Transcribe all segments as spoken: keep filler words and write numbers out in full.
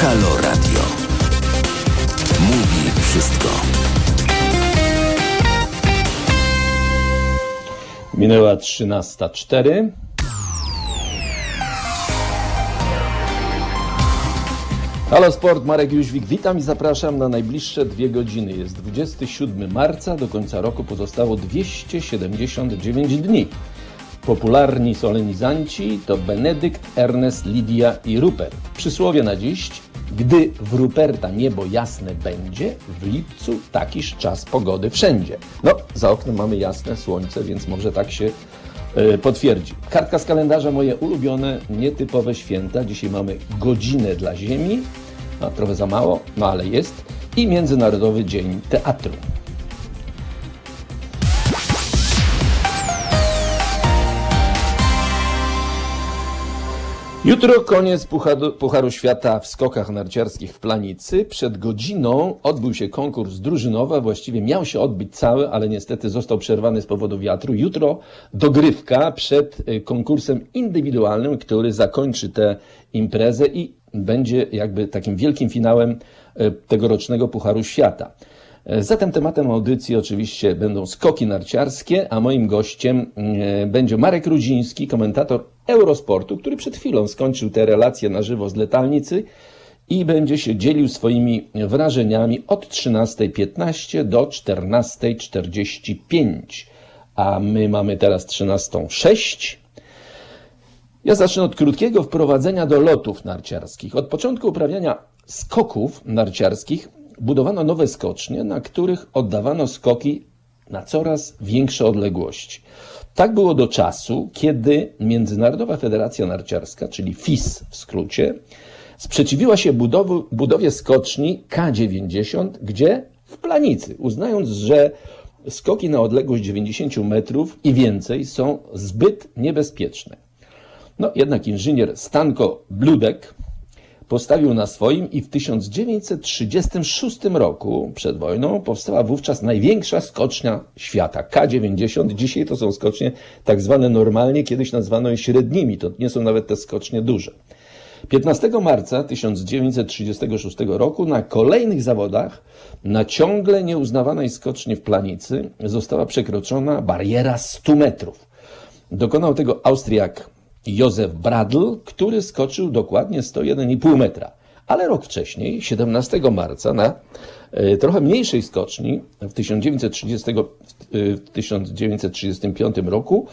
Halo Radio. Mówi wszystko. Minęła trzynasta cztery. Halo Sport, Marek Jóźwik, witam i zapraszam na najbliższe dwie godziny. Jest dwudziestego siódmego marca, do końca roku pozostało dwieście siedemdziesiąt dziewięć dni. Popularni solenizanci to Benedykt, Ernest, Lidia i Rupert. Przysłowie na dziś: gdy w Ruperta niebo jasne będzie, w lipcu takiż czas pogody wszędzie. No, za oknem mamy jasne słońce, więc może tak się y, potwierdzi. Kartka z kalendarza, moje ulubione, nietypowe święta. Dzisiaj mamy godzinę dla Ziemi, no, trochę za mało, no ale jest, i Międzynarodowy Dzień Teatru. Jutro koniec Pucharu, Pucharu Świata w skokach narciarskich w Planicy. Przed godziną odbył się konkurs drużynowy, a właściwie miał się odbyć cały, ale niestety został przerwany z powodu wiatru. Jutro dogrywka przed konkursem indywidualnym, który zakończy tę imprezę i będzie jakby takim wielkim finałem tegorocznego Pucharu Świata. Zatem tematem audycji oczywiście będą skoki narciarskie, a moim gościem będzie Marek Rudziński, komentator Eurosportu, który przed chwilą skończył te relacje na żywo z Letalnicy i będzie się dzielił swoimi wrażeniami od trzynastej piętnaście do czternastej czterdzieści pięć. A my mamy teraz trzynastą sześć. Ja zacznę od krótkiego wprowadzenia do lotów narciarskich. Od początku uprawiania skoków narciarskich budowano nowe skocznie, na których oddawano skoki na coraz większe odległości. Tak było do czasu, kiedy Międzynarodowa Federacja Narciarska, czyli F I S w skrócie, sprzeciwiła się budowy, budowie skoczni K dziewięćdziesiąt, gdzie w Planicy, uznając, że skoki na odległość dziewięćdziesiąt metrów i więcej są zbyt niebezpieczne. No jednak inżynier Stanko Bludek postawił na swoim i w tysiąc dziewięćset trzydziestym szóstym roku, przed wojną, powstała wówczas największa skocznia świata, K dziewięćdziesiąt. Dzisiaj to są skocznie tak zwane normalnie, kiedyś nazwano je średnimi, to nie są nawet te skocznie duże. piętnastego marca tysiąc dziewięćset trzydziestego szóstego roku na kolejnych zawodach na ciągle nieuznawanej skoczni w Planicy została przekroczona bariera stu metrów. Dokonał tego Austriak Józef Bradl, który skoczył dokładnie sto jeden i pół metra. Ale rok wcześniej, siedemnastego marca, na y, trochę mniejszej skoczni w tysiąc dziewięćset trzydziestym, y, tysiąc dziewięćset trzydziestym piątym roku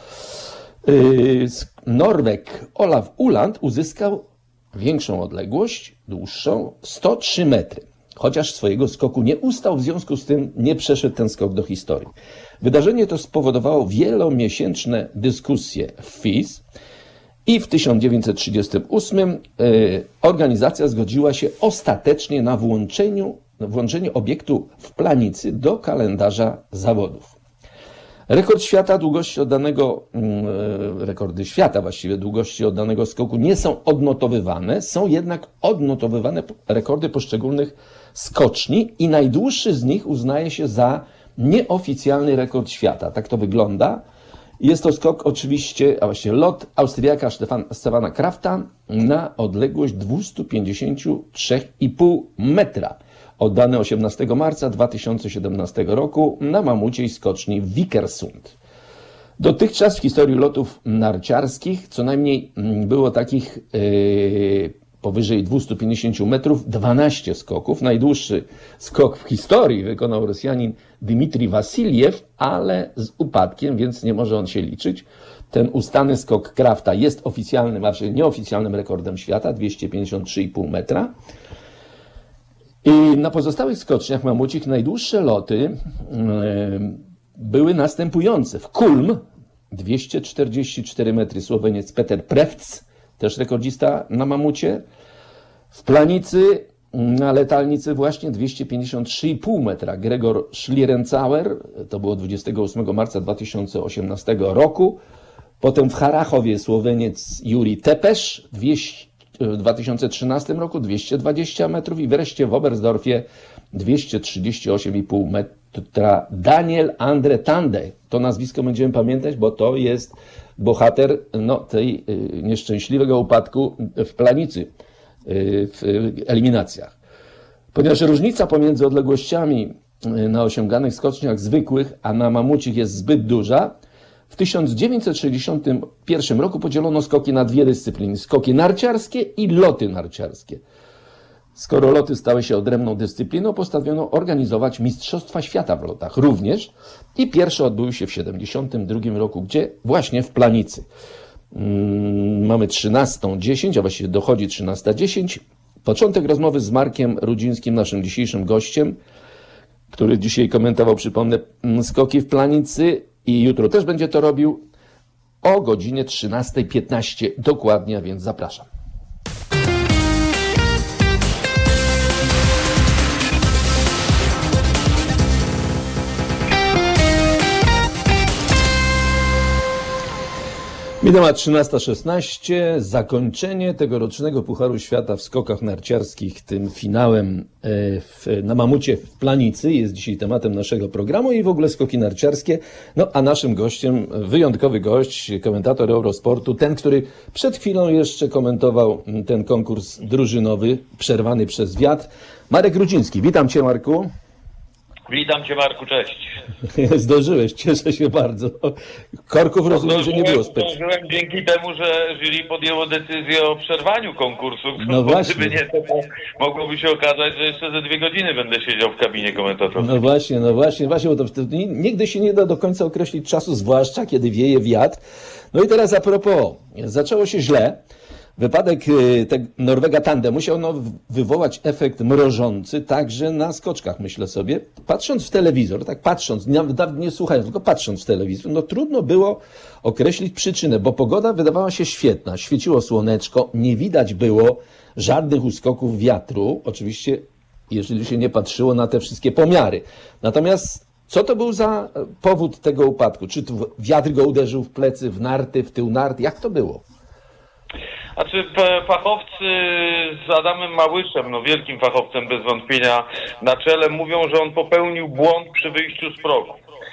y, Norweg Olaf Uland uzyskał większą odległość, dłuższą, sto trzy metry. Chociaż swojego skoku nie ustał, w związku z tym nie przeszedł ten skok do historii. Wydarzenie to spowodowało wielomiesięczne dyskusje w F I S, i w tysiąc dziewięćset trzydziestym ósmym y, organizacja zgodziła się ostatecznie na włączeniu, włączenie obiektu w Planicy do kalendarza zawodów. Rekord świata długości oddanego, y, rekordy świata właściwie długości oddanego skoku nie są odnotowywane, są jednak odnotowywane rekordy poszczególnych skoczni i najdłuższy z nich uznaje się za nieoficjalny rekord świata. Tak to wygląda. Jest to skok oczywiście, a właściwie lot Austriaka Stefana Krafta na odległość dwieście pięćdziesiąt trzy i pół metra, oddany osiemnastego marca dwa tysiące siedemnastego roku na mamuciej skoczni Vikersund. Dotychczas w historii lotów narciarskich co najmniej było takich yy, powyżej dwieście pięćdziesiąt metrów, dwanaście skoków. Najdłuższy skok w historii wykonał Rosjanin Dmitrij Wasiljew, ale z upadkiem, więc nie może on się liczyć. Ten ustany skok Krafta jest oficjalnym, a raczej nieoficjalnym rekordem świata, dwieście pięćdziesiąt trzy i pół metra. I na pozostałych skoczniach mamucich najdłuższe loty yy, były następujące. W Kulm dwieście czterdzieści cztery metry, Słoweniec Peter Prevc, też rekordzista na mamucie. W Planicy na Letalnicy właśnie dwieście pięćdziesiąt trzy i pół metra, Gregor Schlierenzauer, to było dwudziestego ósmego marca dwa tysiące osiemnastego roku. Potem w Harachowie Słoweniec Juri Tepesz w dwa tysiące trzynastym roku dwieście dwadzieścia metrów i wreszcie w Oberstdorfie dwieście trzydzieści osiem i pół metra Daniel Andre Tande. To nazwisko będziemy pamiętać, bo to jest bohater no, tej y, nieszczęśliwego upadku w Planicy. w eliminacjach. Ponieważ różnica pomiędzy odległościami na osiąganych skoczniach zwykłych, a na mamucich jest zbyt duża, w tysiąc dziewięćset sześćdziesiątym pierwszym roku podzielono skoki na dwie dyscypliny. Skoki narciarskie i loty narciarskie. Skoro loty stały się odrębną dyscypliną, postanowiono organizować Mistrzostwa Świata w lotach również i pierwsze odbyły się w siedemdziesiątym drugim roku, gdzie właśnie w Planicy. Hmm, mamy trzynastą dziesięć, a właściwie dochodzi trzynasta dziesięć. Początek rozmowy z Markiem Rudzińskim, naszym dzisiejszym gościem, który dzisiaj komentował, przypomnę, skoki w Planicy i jutro też będzie to robił o godzinie trzynasta piętnaście dokładnie, a więc zapraszam. Minęła trzynasta szesnaście, zakończenie tegorocznego Pucharu Świata w skokach narciarskich, tym finałem w, na Mamucie w Planicy jest dzisiaj tematem naszego programu i w ogóle skoki narciarskie. No a naszym gościem, wyjątkowy gość, komentator Eurosportu, ten, który przed chwilą jeszcze komentował ten konkurs drużynowy, przerwany przez wiatr, Marek Rudziński. Witam Cię, Marku. Witam Cię, Marku, cześć. Zdążyłeś, cieszę się bardzo. Korków rozumiem, że nie było specjalnie. Zdążyłem dzięki temu, że jury podjęło decyzję o przerwaniu konkursu. No właśnie. Gdyby nie, to mogłoby się okazać, że jeszcze ze dwie godziny będę siedział w kabinie komentatorskiej. No właśnie, no właśnie, właśnie, bo to wtedy nigdy się nie da do końca określić czasu, zwłaszcza kiedy wieje wiatr. No i teraz a propos, zaczęło się źle. Wypadek te Norwega Tandem musiał no, wywołać efekt mrożący także na skoczkach, myślę sobie. Patrząc w telewizor, tak patrząc, nie, nie słuchając, tylko patrząc w telewizor, no trudno było określić przyczynę, bo pogoda wydawała się świetna, świeciło słoneczko, nie widać było żadnych uskoków wiatru, oczywiście jeżeli się nie patrzyło na te wszystkie pomiary. Natomiast co to był za powód tego upadku? Czy wiatr go uderzył w plecy, w narty, w tył nart? Jak to było? Znaczy fachowcy z Adamem Małyszem, no wielkim fachowcem bez wątpienia na czele, mówią, że on popełnił błąd przy wyjściu z progu.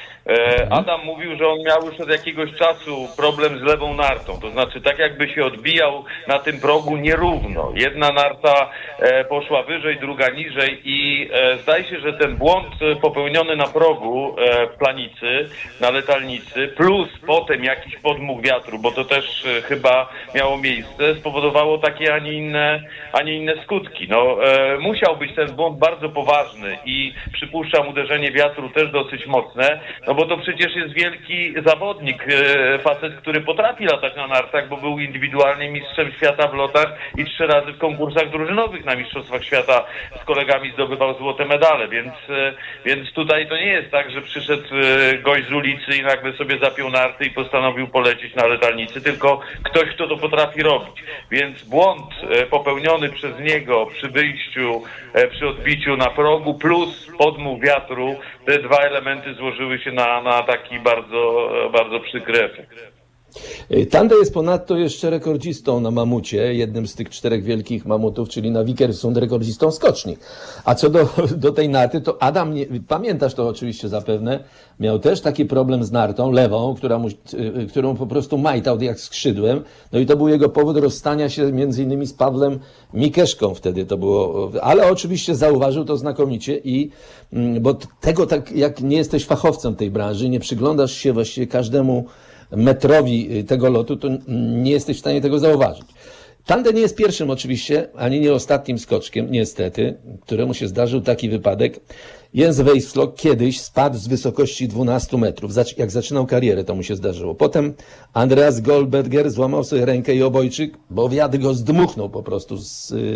Adam mówił, że on miał już od jakiegoś czasu problem z lewą nartą, to znaczy tak jakby się odbijał na tym progu nierówno. Jedna narta poszła wyżej, druga niżej i zdaje się, że ten błąd popełniony na progu w Planicy, na letalnicy, plus potem jakiś podmuch wiatru, bo to też chyba miało miejsce, spowodowało takie, a nie inne, a nie inne skutki. No, musiał być ten błąd bardzo poważny i przypuszczam uderzenie wiatru też dosyć mocne. No bo to przecież jest wielki zawodnik, facet, który potrafi latać na nartach, bo był indywidualnie mistrzem świata w lotach i trzy razy w konkursach drużynowych na Mistrzostwach Świata z kolegami zdobywał złote medale, więc, więc tutaj to nie jest tak, że przyszedł gość z ulicy i nagle sobie zapiął narty i postanowił polecieć na letalnicy, tylko ktoś, kto to potrafi robić. Więc błąd popełniony przez niego przy wyjściu, przy odbiciu na progu plus podmuch wiatru, te dwa elementy złożyły się na, na taki bardzo, bardzo przykry efekt. Tande jest ponadto jeszcze rekordzistą na mamucie, jednym z tych czterech wielkich mamutów, czyli na Vikersund rekordzistą skoczni. A co do, do tej narty, to Adam, nie, pamiętasz to oczywiście zapewne, miał też taki problem z nartą lewą, która mu, którą po prostu majtał jak skrzydłem. No i to był jego powód rozstania się między innymi z Pawłem Mikeszką wtedy to było, ale oczywiście zauważył to znakomicie i, bo tego tak jak nie jesteś fachowcem tej branży, nie przyglądasz się właściwie każdemu metrowi tego lotu, to nie jesteś w stanie tego zauważyć. Tande nie jest pierwszym oczywiście, ani nie ostatnim skoczkiem, niestety, któremu się zdarzył taki wypadek. Jens Weißflok kiedyś spadł z wysokości dwunastu metrów. Jak zaczynał karierę, to mu się zdarzyło. Potem Andreas Goldberger złamał sobie rękę i obojczyk, bo wiatr go zdmuchnął po prostu z,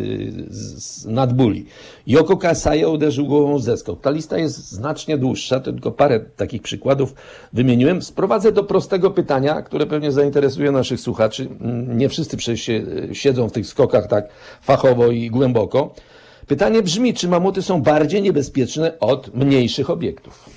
z, z nadbuli. Yoko Kasai uderzył głową w zeskok. Ta lista jest znacznie dłuższa, tylko parę takich przykładów wymieniłem. Sprowadzę do prostego pytania, które pewnie zainteresuje naszych słuchaczy. Nie wszyscy przecież siedzą w tych skokach tak fachowo i głęboko. Pytanie brzmi, czy mamuty są bardziej niebezpieczne od mniejszych obiektów?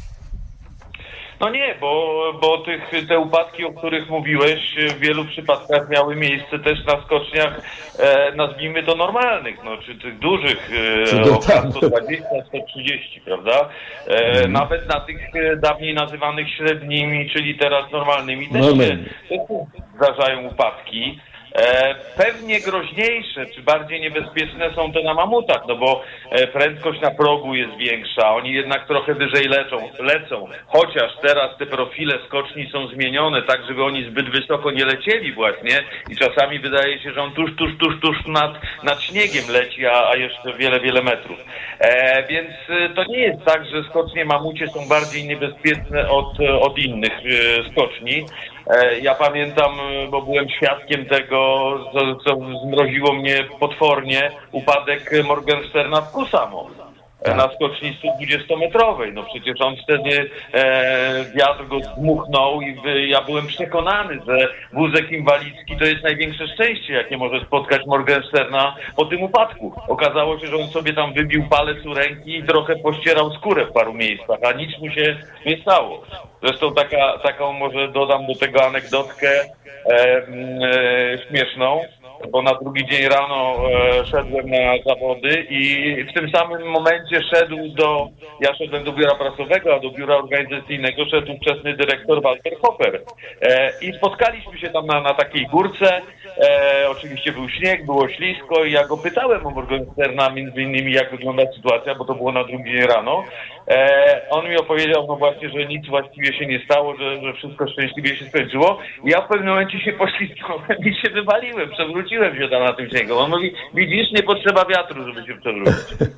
No nie, bo, bo tych, te upadki, o których mówiłeś, w wielu przypadkach miały miejsce też na skoczniach, e, nazwijmy to normalnych, no, czy tych dużych, e, o sto dwadzieścia sto trzydzieści, prawda? E, mm. Nawet na tych e, dawniej nazywanych średnimi, czyli teraz normalnymi, też się, też się zdarzają upadki. E, pewnie groźniejsze, czy bardziej niebezpieczne są te na mamutach, no bo e, prędkość na progu jest większa, oni jednak trochę wyżej lecą, lecą, chociaż teraz te profile skoczni są zmienione tak, żeby oni zbyt wysoko nie lecieli właśnie i czasami wydaje się, że on tuż, tuż, tuż, tuż nad, nad śniegiem leci, a, a jeszcze wiele, wiele metrów. E, więc e, to nie jest tak, że skocznie mamucie są bardziej niebezpieczne od, od innych e, skoczni. E, ja pamiętam, bo byłem świadkiem tego, co, co zmroziło mnie potwornie, upadek Morgensterna w Kusamo. Na skoczni sto dwudziestometrowej. No przecież on wtedy e, wiatr go zdmuchnął i wy, ja byłem przekonany, że wózek inwalidzki to jest największe szczęście, jakie może spotkać Morgensterna po tym upadku. Okazało się, że on sobie tam wybił palec u ręki i trochę pościerał skórę w paru miejscach, a nic mu się nie stało. Zresztą taka, taką może dodam do tego anegdotkę e, e, śmieszną. Bo na drugi dzień rano e, szedłem na zawody i w tym samym momencie szedł do, ja szedłem do biura prasowego, a do biura organizacyjnego szedł ówczesny dyrektor Walter Hopper. E, I spotkaliśmy się tam na, na takiej górce, e, oczywiście był śnieg, było ślisko i ja go pytałem o Morgensterna między innymi jak wygląda sytuacja, bo to było na drugi dzień rano. E, on mi opowiedział no właśnie, że nic właściwie się nie stało, że, że wszystko szczęśliwie się skończyło i ja w pewnym momencie się poślizgnąłem i się wywaliłem, przewróciłem się tam na tym śniegu. On mówi, widzisz, nie potrzeba wiatru, żeby się przewrócić.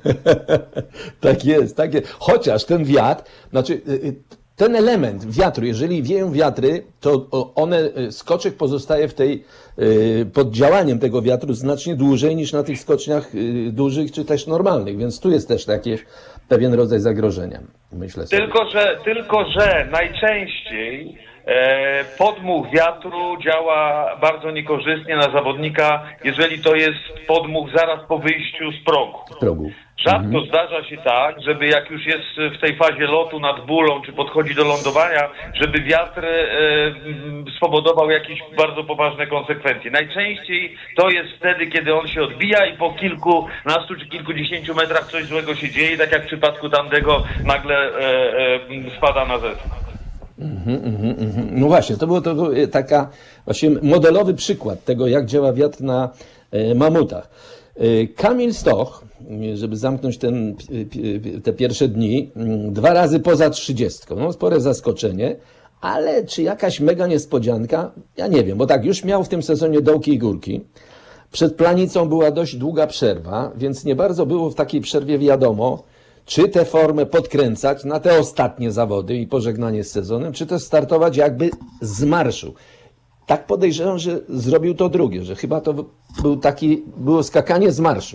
Tak jest, tak jest. Chociaż ten wiatr, znaczy ten element wiatru, jeżeli wieją wiatry, to one, skoczek pozostaje w tej, pod działaniem tego wiatru znacznie dłużej niż na tych skoczniach dużych czy też normalnych, więc tu jest też taki pewien rodzaj zagrożenia, myślę sobie. Tylko, że, tylko, że najczęściej e, podmuch wiatru działa bardzo niekorzystnie na zawodnika, jeżeli to jest podmuch zaraz po wyjściu z progu. Z progu. Rzadko Mhm. zdarza się tak, żeby jak już jest w tej fazie lotu nad bólą, czy podchodzi do lądowania, żeby wiatr e, spowodował jakieś bardzo poważne konsekwencje. Najczęściej to jest wtedy, kiedy on się odbija i po kilkunastu czy kilkudziesięciu metrach coś złego się dzieje, tak jak w przypadku tamtego nagle e, e, spada na zespół. Mhm, mhm, mhm. No właśnie, to był to taka właśnie modelowy przykład tego, jak działa wiatr na e, mamutach. Kamil Stoch, żeby zamknąć ten, te pierwsze dni, dwa razy poza trzydziestką. No, spore zaskoczenie, ale czy jakaś mega niespodzianka? Ja nie wiem, bo tak, już miał w tym sezonie dołki i górki. Przed Planicą była dość długa przerwa, więc nie bardzo było w takiej przerwie wiadomo, czy tę formę podkręcać na te ostatnie zawody i pożegnanie z sezonem, czy też startować jakby z marszu. Tak podejrzewam, że zrobił to drugie, że chyba to był taki, było skakanie z marszu.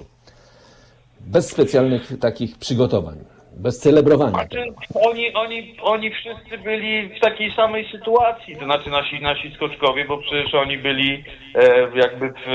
Bez specjalnych takich przygotowań, bez celebrowania. Znaczy, oni, oni, oni wszyscy byli w takiej samej sytuacji, to znaczy nasi, nasi skoczkowie, bo przecież oni byli e, jakby w,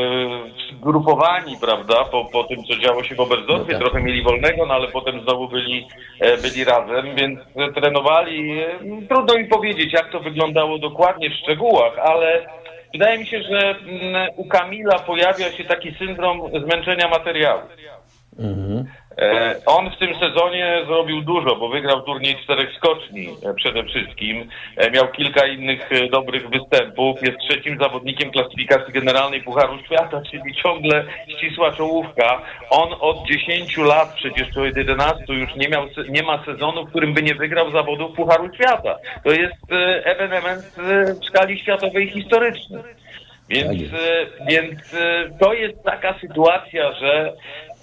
w zgrupowani, prawda, po, po tym, co działo się w Oberstdorfie, no tak. Trochę mieli wolnego, no ale potem znowu byli, e, byli razem, więc trenowali. E, trudno mi powiedzieć, jak to wyglądało dokładnie w szczegółach, ale wydaje mi się, że m, u Kamila pojawia się taki syndrom zmęczenia materiału. Mhm. On w tym sezonie zrobił dużo, bo wygrał turniej czterech skoczni przede wszystkim. Miał kilka innych dobrych występów. Jest trzecim zawodnikiem klasyfikacji generalnej Pucharu Świata, czyli ciągle ścisła czołówka. On od dziesięciu lat, przecież to od jedenastu już nie miał, nie ma sezonu, w którym by nie wygrał zawodów Pucharu Świata. To jest ewenement w skali światowej historyczny. Więc, więc to jest taka sytuacja, że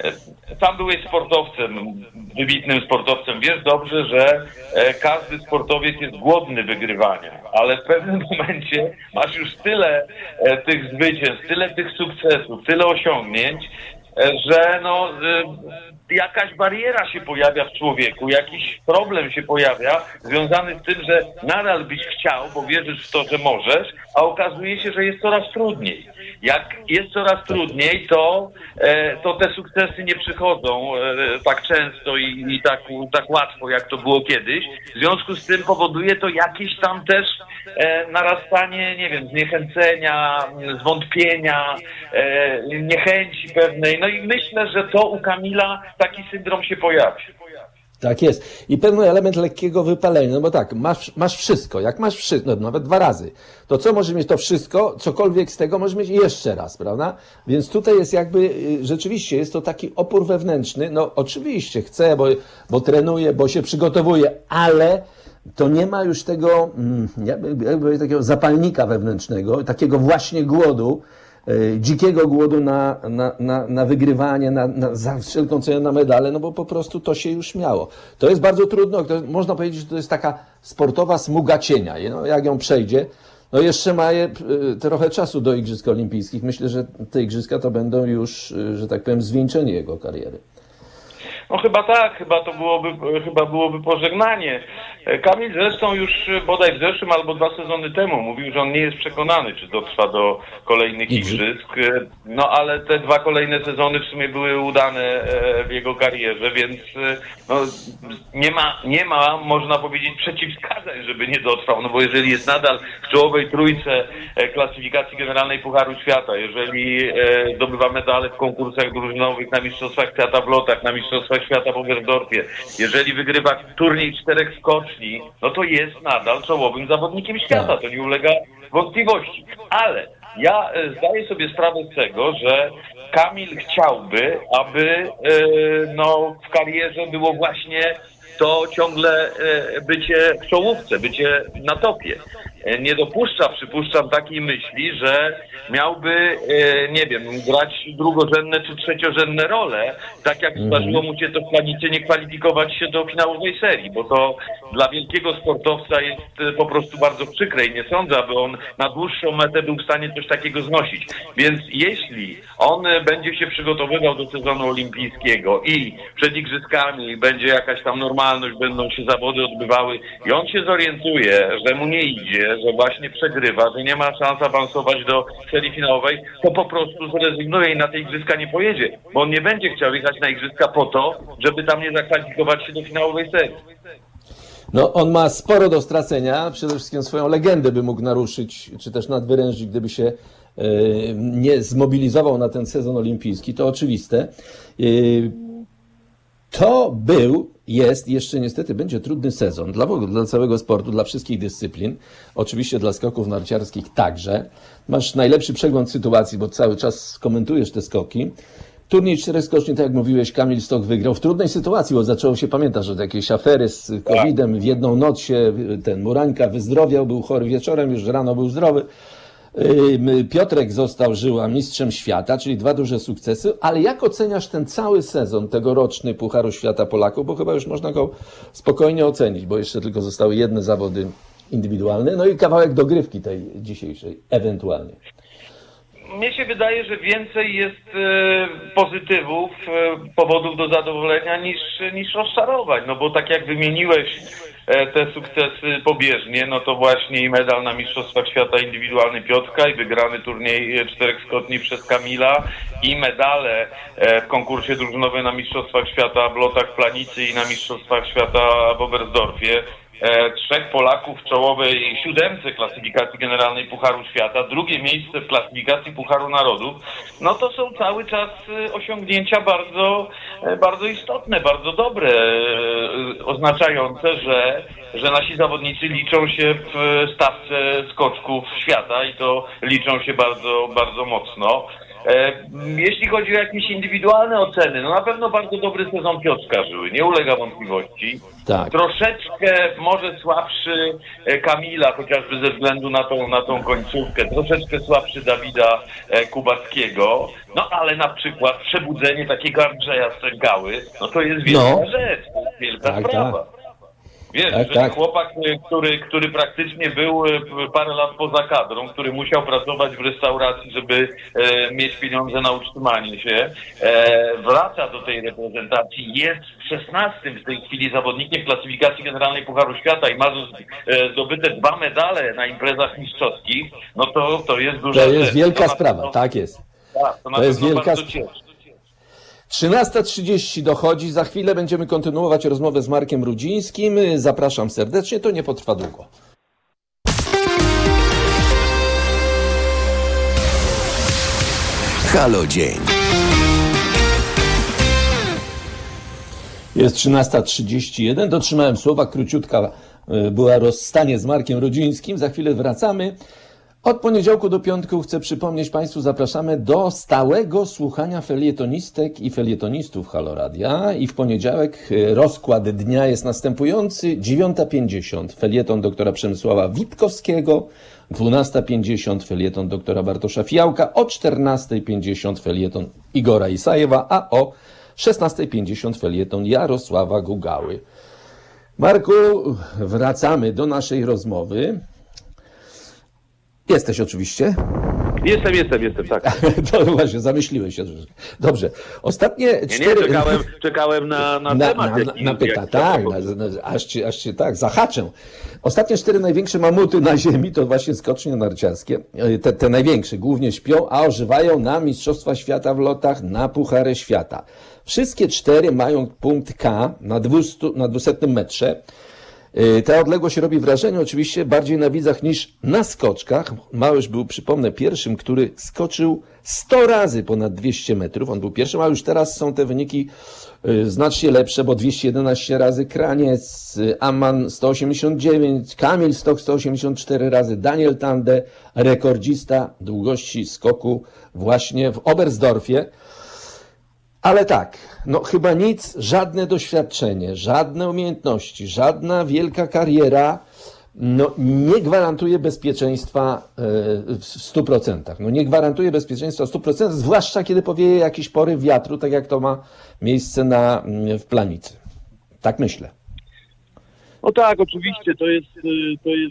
sam byłeś sportowcem, wybitnym sportowcem. Wiesz dobrze, że każdy sportowiec jest głodny wygrywania, ale w pewnym momencie masz już tyle tych zwycięstw, tyle tych sukcesów, tyle osiągnięć, że no, jakaś bariera się pojawia w człowieku, jakiś problem się pojawia związany z tym, że nadal byś chciał, bo wierzysz w to, że możesz, a okazuje się, że jest coraz trudniej. Jak jest coraz trudniej, to, to te sukcesy nie przychodzą tak często i, i tak, tak łatwo, jak to było kiedyś. W związku z tym powoduje to jakieś tam też narastanie, nie wiem, zniechęcenia, zwątpienia, niechęci pewnej. No i myślę, że to u Kamila taki syndrom się pojawi. Tak jest. I pewien element lekkiego wypalenia, no bo tak, masz, masz wszystko, jak masz wszystko, no nawet dwa razy, to co może mieć to wszystko, cokolwiek z tego może mieć jeszcze raz, prawda? Więc tutaj jest jakby, rzeczywiście jest to taki opór wewnętrzny, no oczywiście chcę, bo, bo trenuję, bo się przygotowuję, ale to nie ma już tego, jakby, jakby takiego zapalnika wewnętrznego, takiego właśnie głodu, dzikiego głodu na, na, na, na wygrywanie, na, na, za wszelką cenę na medale, no bo po prostu to się już miało. To jest bardzo trudno, to, można powiedzieć, że to jest taka sportowa smuga cienia. No, jak ją przejdzie, no jeszcze ma je, trochę czasu do Igrzysk Olimpijskich. Myślę, że te Igrzyska to będą już, że tak powiem, zwieńczenie jego kariery. No chyba tak, chyba to byłoby, chyba byłoby pożegnanie. Kamil zresztą już bodaj w zeszłym albo dwa sezony temu mówił, że on nie jest przekonany, czy dotrwa do kolejnych igrzysk. No ale te dwa kolejne sezony w sumie były udane w jego karierze, więc no, nie ma, nie ma, można powiedzieć, przeciwwskazań, żeby nie dotrwał. No bo jeżeli jest nadal w czołowej trójce klasyfikacji generalnej Pucharu Świata, jeżeli zdobywa medale w konkursach drużynowych na Mistrzostwach Świata w lotach, na Mistrzostwach Świata w Oberstdorfie, jeżeli wygrywa turniej czterech skoczni, no to jest nadal czołowym zawodnikiem świata, to nie ulega wątpliwości. Ale ja zdaję sobie sprawę z tego, że Kamil chciałby, aby no, w karierze było właśnie to ciągle bycie w czołówce, bycie na topie. Nie dopuszcza, przypuszczam, takiej myśli, że miałby, nie wiem, grać drugorzędne czy trzeciorzędne role, tak jak zdarzyło mu się to w planicie nie kwalifikować się do finałowej serii, bo to dla wielkiego sportowca jest po prostu bardzo przykre i nie sądzę, aby on na dłuższą metę był w stanie coś takiego znosić. Więc jeśli on będzie się przygotowywał do sezonu olimpijskiego i przed igrzyskami będzie jakaś tam normalność, będą się zawody odbywały i on się zorientuje, że mu nie idzie, że właśnie przegrywa, że nie ma szans awansować do serii finałowej, to po prostu zrezygnuje i na te igrzyska nie pojedzie, bo on nie będzie chciał jechać na igrzyska po to, żeby tam nie zakwalifikować się do finałowej serii. No, on ma sporo do stracenia, przede wszystkim swoją legendę by mógł naruszyć, czy też nadwyrężyć, gdyby się e, nie zmobilizował na ten sezon olimpijski, to oczywiste. E, to był Jest, jeszcze niestety będzie trudny sezon dla, dla całego sportu, dla wszystkich dyscyplin, oczywiście dla skoków narciarskich także. Masz najlepszy przegląd sytuacji, bo cały czas komentujesz te skoki. Turniej czterech skoczni, tak jak mówiłeś, Kamil Stoch wygrał w trudnej sytuacji, bo zaczęło się, pamiętasz, od jakiejś afery z kowidem, w jedną noc się ten Murańka wyzdrowiał, był chory wieczorem, już rano był zdrowy. Piotrek został żyła mistrzem świata, czyli dwa duże sukcesy, ale jak oceniasz ten cały sezon tegoroczny Pucharu Świata Polaków, bo chyba już można go spokojnie ocenić, bo jeszcze tylko zostały jedne zawody indywidualne, no i kawałek dogrywki tej dzisiejszej, ewentualnie. Mnie się wydaje, że więcej jest e, pozytywów, e, powodów do zadowolenia niż, niż rozczarowań, no bo tak jak wymieniłeś e, te sukcesy pobieżnie, no to właśnie i medal na Mistrzostwach Świata indywidualny Piotrka i wygrany turniej czterech skoczni przez Kamila i medale e, w konkursie drużynowym na Mistrzostwach Świata w lotach w Planicy i na Mistrzostwach Świata w Oberstdorfie. E, trzech Polaków w czołowej siódemce klasyfikacji generalnej Pucharu Świata, drugie miejsce w klasyfikacji Pucharu Narodów, no to są cały czas osiągnięcia bardzo, bardzo istotne, bardzo dobre, e, oznaczające, że, że nasi zawodnicy liczą się w stawce skoczków świata i to liczą się bardzo, bardzo mocno. Jeśli chodzi o jakieś indywidualne oceny, no na pewno bardzo dobry sezon Piotrka żyły, nie ulega wątpliwości. Tak. Troszeczkę może słabszy Kamila, chociażby ze względu na tą, na tą końcówkę, troszeczkę słabszy Dawida Kubackiego, no ale na przykład przebudzenie takiego Andrzeja Stęgały, no to jest wielka no. rzecz, to jest wielka tak, sprawa. Tak. Wiesz, tak, że tak. chłopak, który, który praktycznie był parę lat poza kadrą, który musiał pracować w restauracji, żeby e, mieć pieniądze na utrzymanie się, e, wraca do tej reprezentacji, jest szesnastym w tej chwili zawodnikiem klasyfikacji generalnej Pucharu Świata i ma e, zdobyte dwa medale na imprezach mistrzowskich, no to, to jest duża To jest rzecz. wielka to sprawa, pewno, tak jest. Tak, to na to jest pewno wielka bardzo sprawa. cieszy. trzynasta trzydzieści dochodzi, za chwilę będziemy kontynuować rozmowę z Markiem Rudzińskim. Zapraszam serdecznie, to nie potrwa długo. Halo Dzień. Jest trzynasta trzydzieści jeden. Dotrzymałem słowa, króciutka była rozstanie z Markiem Rodzińskim. Za chwilę wracamy. Od poniedziałku do piątku chcę przypomnieć Państwu, zapraszamy do stałego słuchania felietonistek i felietonistów Halo Radia. I w poniedziałek rozkład dnia jest następujący. dziewiąta pięćdziesiąt felieton doktora Przemysława Witkowskiego, dwunasta pięćdziesiąt felieton doktora Bartosza Fijałka, o czternasta pięćdziesiąt felieton Igora Isajewa, a o szesnasta pięćdziesiąt felieton Jarosława Gugały. Marku, wracamy do naszej rozmowy. Jesteś oczywiście? Jestem, jestem, jestem, tak. To właśnie, zamyśliłeś się. Dobrze. Ostatnie cztery... Nie, nie, czekałem, czekałem na, na, na temat. Na, jaki, na pyta, jak tak, na, na, aż, ci, aż ci tak, zahaczę. Ostatnie cztery największe mamuty na ziemi to właśnie skocznie narciarskie. Te, te największe głównie śpią, a ożywają na Mistrzostwa Świata w lotach, na Puchary Świata. Wszystkie cztery mają punkt K na dwustu, na dwusetnym metrze. Ta odległość robi wrażenie oczywiście bardziej na widzach niż na skoczkach. Małysz był, przypomnę, pierwszym, który skoczył sto razy ponad dwieście metrów. On był pierwszym, a już teraz są te wyniki znacznie lepsze, bo dwieście jedenaście razy Kraniec, Amman sto osiemdziesiąt dziewięć, Kamil Stok sto osiemdziesiąt cztery razy, Daniel Tande, rekordzista długości skoku właśnie w Oberstdorfie. Ale tak, no chyba nic, żadne doświadczenie, żadne umiejętności, żadna wielka kariera no, nie gwarantuje bezpieczeństwa w stu procentach. No nie gwarantuje bezpieczeństwa w stu procentach, zwłaszcza kiedy powieje jakiś poryw wiatru, tak jak to ma miejsce na, w Planicy. Tak myślę. No tak, oczywiście, to jest, to jest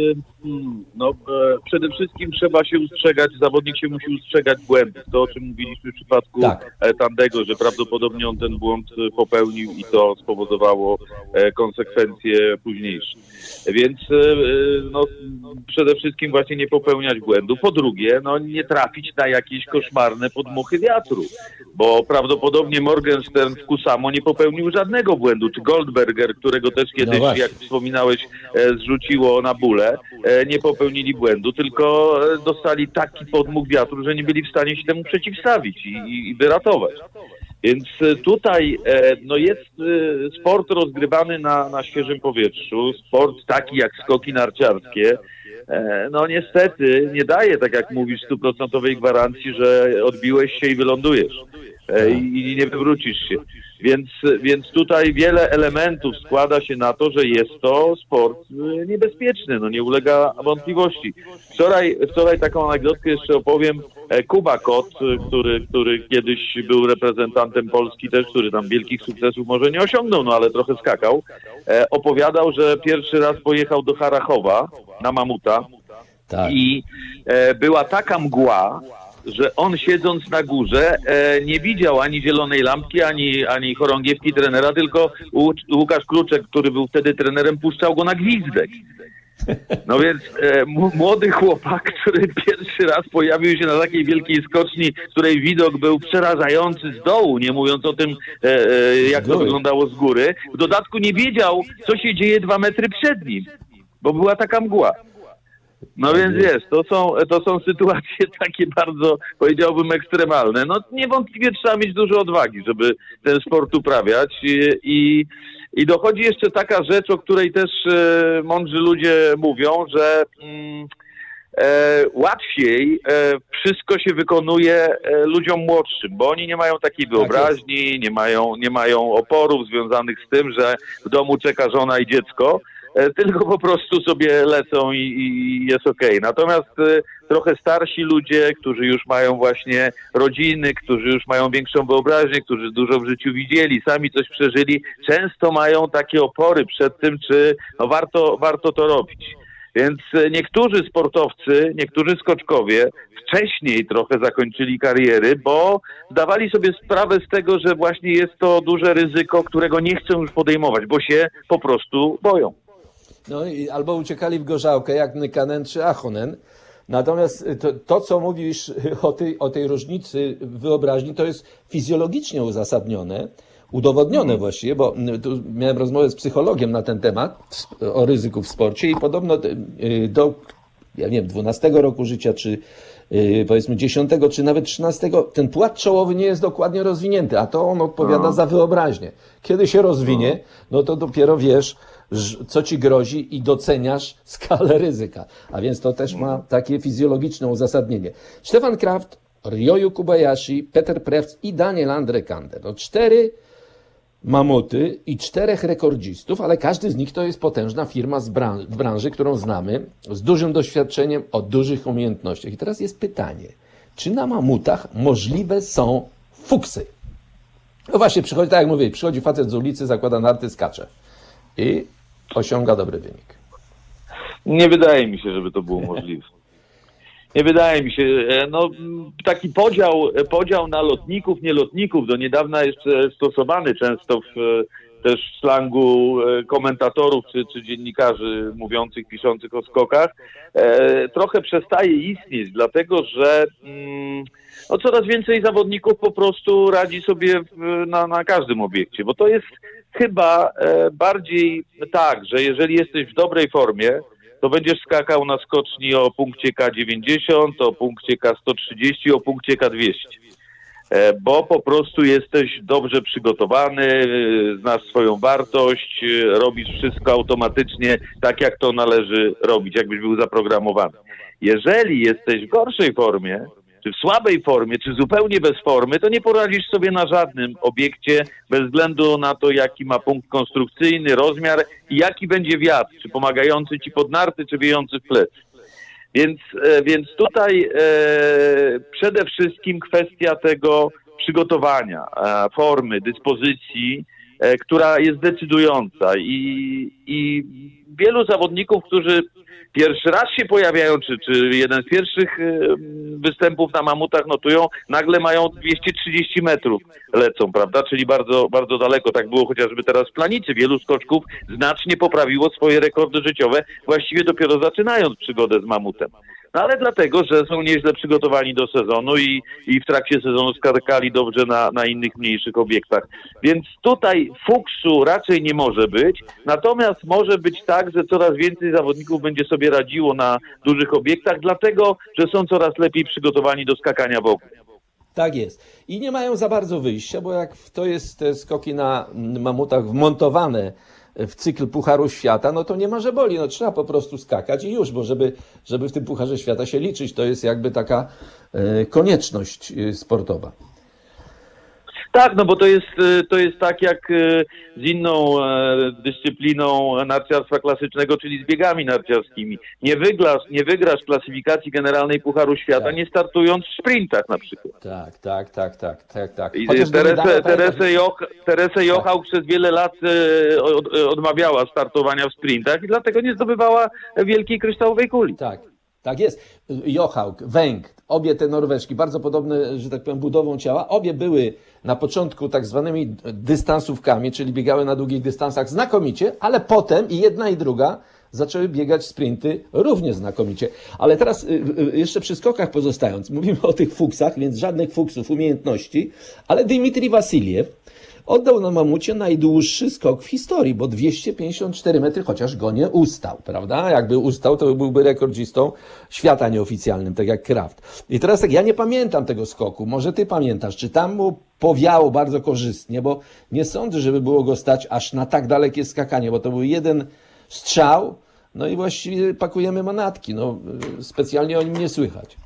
no, przede wszystkim trzeba się ustrzegać, zawodnik się musi ustrzegać błędów. To, o czym mówiliśmy w przypadku tak. Tandego, że prawdopodobnie on ten błąd popełnił i to spowodowało konsekwencje późniejsze. Więc no, przede wszystkim właśnie nie popełniać błędu. Po drugie, no, nie trafić na jakieś koszmarne podmuchy wiatru, bo prawdopodobnie Morgenstern w Kusamo nie popełnił żadnego błędu, czy Goldberger, którego też kiedyś, no jak wspominałeś, zrzuciło na bólę, nie popełnili błędu, tylko dostali taki podmuch wiatru, że nie byli w stanie się temu przeciwstawić i, i, i wyratować. Więc tutaj no jest sport rozgrywany na, na świeżym powietrzu, sport taki jak skoki narciarskie, no niestety nie daje, tak jak mówisz, stuprocentowej gwarancji, że odbiłeś się i wylądujesz i nie wywrócisz się. Więc, więc tutaj wiele elementów składa się na to, że jest to sport niebezpieczny, no nie ulega wątpliwości. Wczoraj, wczoraj taką anegdotkę jeszcze opowiem. Kuba Kot, który, który kiedyś był reprezentantem Polski też, który tam wielkich sukcesów może nie osiągnął, no ale trochę skakał, opowiadał, że pierwszy raz pojechał do Harachowa na mamuta tak. i była taka mgła, że on siedząc na górze e, nie widział ani zielonej lampki, ani, ani chorągiewki trenera, tylko Łukasz Kluczek, który był wtedy trenerem, puszczał go na gwizdek. No więc e, młody chłopak, który pierwszy raz pojawił się na takiej wielkiej skoczni, której widok był przerażający z dołu, nie mówiąc o tym, e, e, jak to wyglądało z góry, w dodatku nie wiedział, co się dzieje dwa metry przed nim, bo była taka mgła. No więc wiesz, to są, to są sytuacje takie bardzo, powiedziałbym, ekstremalne. No niewątpliwie trzeba mieć dużo odwagi, żeby ten sport uprawiać i, i, i dochodzi jeszcze taka rzecz, o której też e, mądrzy ludzie mówią, że mm, e, łatwiej e, wszystko się wykonuje e, ludziom młodszym, bo oni nie mają takiej wyobraźni, nie mają, nie mają oporów związanych z tym, że w domu czeka żona i dziecko, tylko po prostu sobie lecą i, i jest okej. Okay. Natomiast y, trochę starsi ludzie, którzy już mają właśnie rodziny, którzy już mają większą wyobraźnię, którzy dużo w życiu widzieli, sami coś przeżyli, często mają takie opory przed tym, czy no, warto, warto to robić. Więc niektórzy sportowcy, niektórzy skoczkowie wcześniej trochę zakończyli kariery, bo zdawali sobie sprawę z tego, że właśnie jest to duże ryzyko, którego nie chcą już podejmować, bo się po prostu boją. No i albo uciekali w gorzałkę, jak Nykanen czy Ahonen. Natomiast to, to co mówisz o tej, o tej różnicy wyobraźni, to jest fizjologicznie uzasadnione, udowodnione właściwie, bo tu miałem rozmowę z psychologiem na ten temat, o ryzyku w sporcie i podobno do, ja nie wiem, dwunastego roku życia, czy yy, powiedzmy dziesiątego czy nawet trzynastego, ten płat czołowy nie jest dokładnie rozwinięty, a to on odpowiada No. za wyobraźnię. Kiedy się rozwinie, no to dopiero wiesz, ż- co ci grozi i doceniasz skalę ryzyka. A więc to też ma takie fizjologiczne uzasadnienie. Stefan Kraft, Ryoyu Kobayashi, Peter Prevc i Daniel Andre Kander. No cztery mamuty i czterech rekordzistów, ale każdy z nich to jest potężna firma z branży, w branży, którą znamy, z dużym doświadczeniem, o dużych umiejętnościach. I teraz jest pytanie, czy na mamutach możliwe są fuksy? No właśnie, przychodzi, tak jak mówię, przychodzi facet z ulicy, zakłada narty, skacze i osiąga dobry wynik. Nie wydaje mi się, żeby to było możliwe. Nie wydaje mi się, e, no taki podział, podział na lotników, nielotników, do niedawna jeszcze stosowany często w, e, też w slangu e, komentatorów czy, czy dziennikarzy mówiących, piszących o skokach, e, trochę przestaje istnieć, dlatego że mm, no coraz więcej zawodników po prostu radzi sobie w, na, na każdym obiekcie, bo to jest chyba e, bardziej tak, że jeżeli jesteś w dobrej formie, to będziesz skakał na skoczni o punkcie K dziewięćdziesiąt, o punkcie K sto trzydzieści, o punkcie K dwieście. E, Bo po prostu jesteś dobrze przygotowany, e, znasz swoją wartość, e, robisz wszystko automatycznie tak, jak to należy robić, jakbyś był zaprogramowany. Jeżeli jesteś w gorszej formie, czy w słabej formie, czy zupełnie bez formy, to nie poradzisz sobie na żadnym obiekcie, bez względu na to, jaki ma punkt konstrukcyjny, rozmiar i jaki będzie wiatr, czy pomagający ci pod narty, czy wiejący w plecy. Więc, e, więc tutaj e, przede wszystkim kwestia tego przygotowania, e, formy, dyspozycji, e, która jest decydująca i, i wielu zawodników, którzy pierwszy raz się pojawiają, czy, czy jeden z pierwszych e, występów na mamutach notują, nagle mają dwieście trzydzieści metrów lecą, prawda, czyli bardzo, bardzo daleko. Tak było chociażby teraz w Planicy. Wielu skoczków znacznie poprawiło swoje rekordy życiowe, właściwie dopiero zaczynając przygodę z mamutem. No ale dlatego, że są nieźle przygotowani do sezonu i, i w trakcie sezonu skakali dobrze na, na innych mniejszych obiektach. Więc tutaj fuksu raczej nie może być, natomiast może być tak, że coraz więcej zawodników będzie sobie radziło na dużych obiektach, dlatego, że są coraz lepiej przygotowani do skakania w ogóle. Tak jest. I nie mają za bardzo wyjścia, bo jak to jest te skoki na mamutach wmontowane w cykl Pucharu Świata, no to nie ma, że boli. No trzeba po prostu skakać i już, bo żeby, żeby w tym Pucharze Świata się liczyć, to jest jakby taka e, konieczność e, sportowa. Tak, no bo to jest, to jest tak jak z inną dyscypliną narciarstwa klasycznego, czyli z biegami narciarskimi. Nie wygrasz, nie wygrasz klasyfikacji generalnej Pucharu Świata, tak, nie startując w sprintach na przykład. Tak, tak, tak, tak, tak, tak. I Teresę, Teresę, Joch, Teresę Jochał tak. przez wiele lat od, odmawiała startowania w sprintach i dlatego nie zdobywała wielkiej kryształowej kuli. Tak. Tak jest. Jochałk, Węg, obie te Norweżki, bardzo podobne, że tak powiem, budową ciała, obie były na początku tak zwanymi dystansówkami, czyli biegały na długich dystansach znakomicie, ale potem i jedna i druga zaczęły biegać sprinty równie znakomicie. Ale teraz jeszcze przy skokach pozostając, mówimy o tych fuksach, więc żadnych fuksów, umiejętności, ale Dmitrij Wasiliew oddał na mamucie najdłuższy skok w historii, bo dwieście pięćdziesiąt cztery metry, chociaż go nie ustał, prawda? Jakby ustał, to byłby rekordzistą świata nieoficjalnym, tak jak Kraft. I teraz tak, ja nie pamiętam tego skoku, może ty pamiętasz, czy tam mu powiało bardzo korzystnie, bo nie sądzę, żeby było go stać aż na tak dalekie skakanie, bo to był jeden strzał, no i właściwie pakujemy manatki, no specjalnie o nim nie słychać.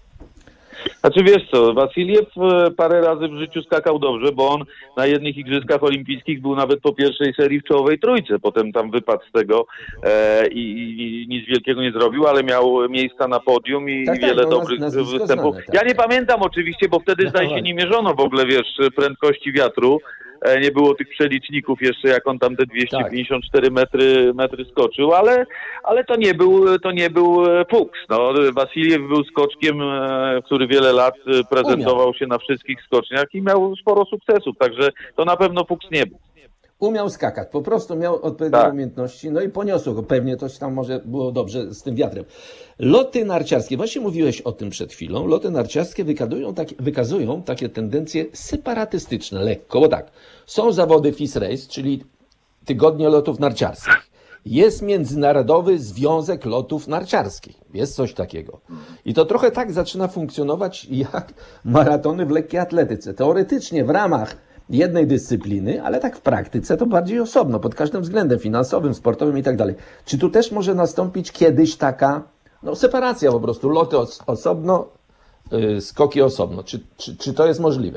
Znaczy wiesz co, Wasiliew parę razy w życiu skakał dobrze, bo on na jednych igrzyskach olimpijskich był nawet po pierwszej serii w czołowej trójce, potem tam wypadł z tego e, i, i nic wielkiego nie zrobił, ale miał miejsca na podium i, tak, i wiele tak, dobrych występów. Znane, tak. Ja nie pamiętam oczywiście, bo wtedy no, zdaje się nie mierzono w ogóle, wiesz, prędkości wiatru. Nie było tych przeliczników jeszcze, jak on tam te dwieście pięćdziesiąt cztery metry, metry skoczył, ale, ale to nie był, to nie był fuks. No, Wasiliew był skoczkiem, który wiele lat prezentował Umiał. się na wszystkich skoczniach i miał sporo sukcesów, także to na pewno fuks nie był. Umiał skakać, po prostu miał odpowiednie tak. umiejętności, no i poniosło go. Pewnie to tam może było dobrze z tym wiatrem. Loty narciarskie, właśnie mówiłeś o tym przed chwilą, loty narciarskie wykazują, takie, wykazują takie tendencje separatystyczne, lekko, bo tak, są zawody F I S Race, czyli tygodnie lotów narciarskich. jest Międzynarodowy Związek Lotów Narciarskich. Jest coś takiego. I to trochę tak zaczyna funkcjonować jak maratony w lekkiej atletyce. Teoretycznie w ramach jednej dyscypliny, ale tak w praktyce to bardziej osobno, pod każdym względem finansowym, sportowym i tak dalej. Czy tu też może nastąpić kiedyś taka no, separacja po prostu, loty os- osobno, yy, skoki osobno? Czy, czy, czy to jest możliwe?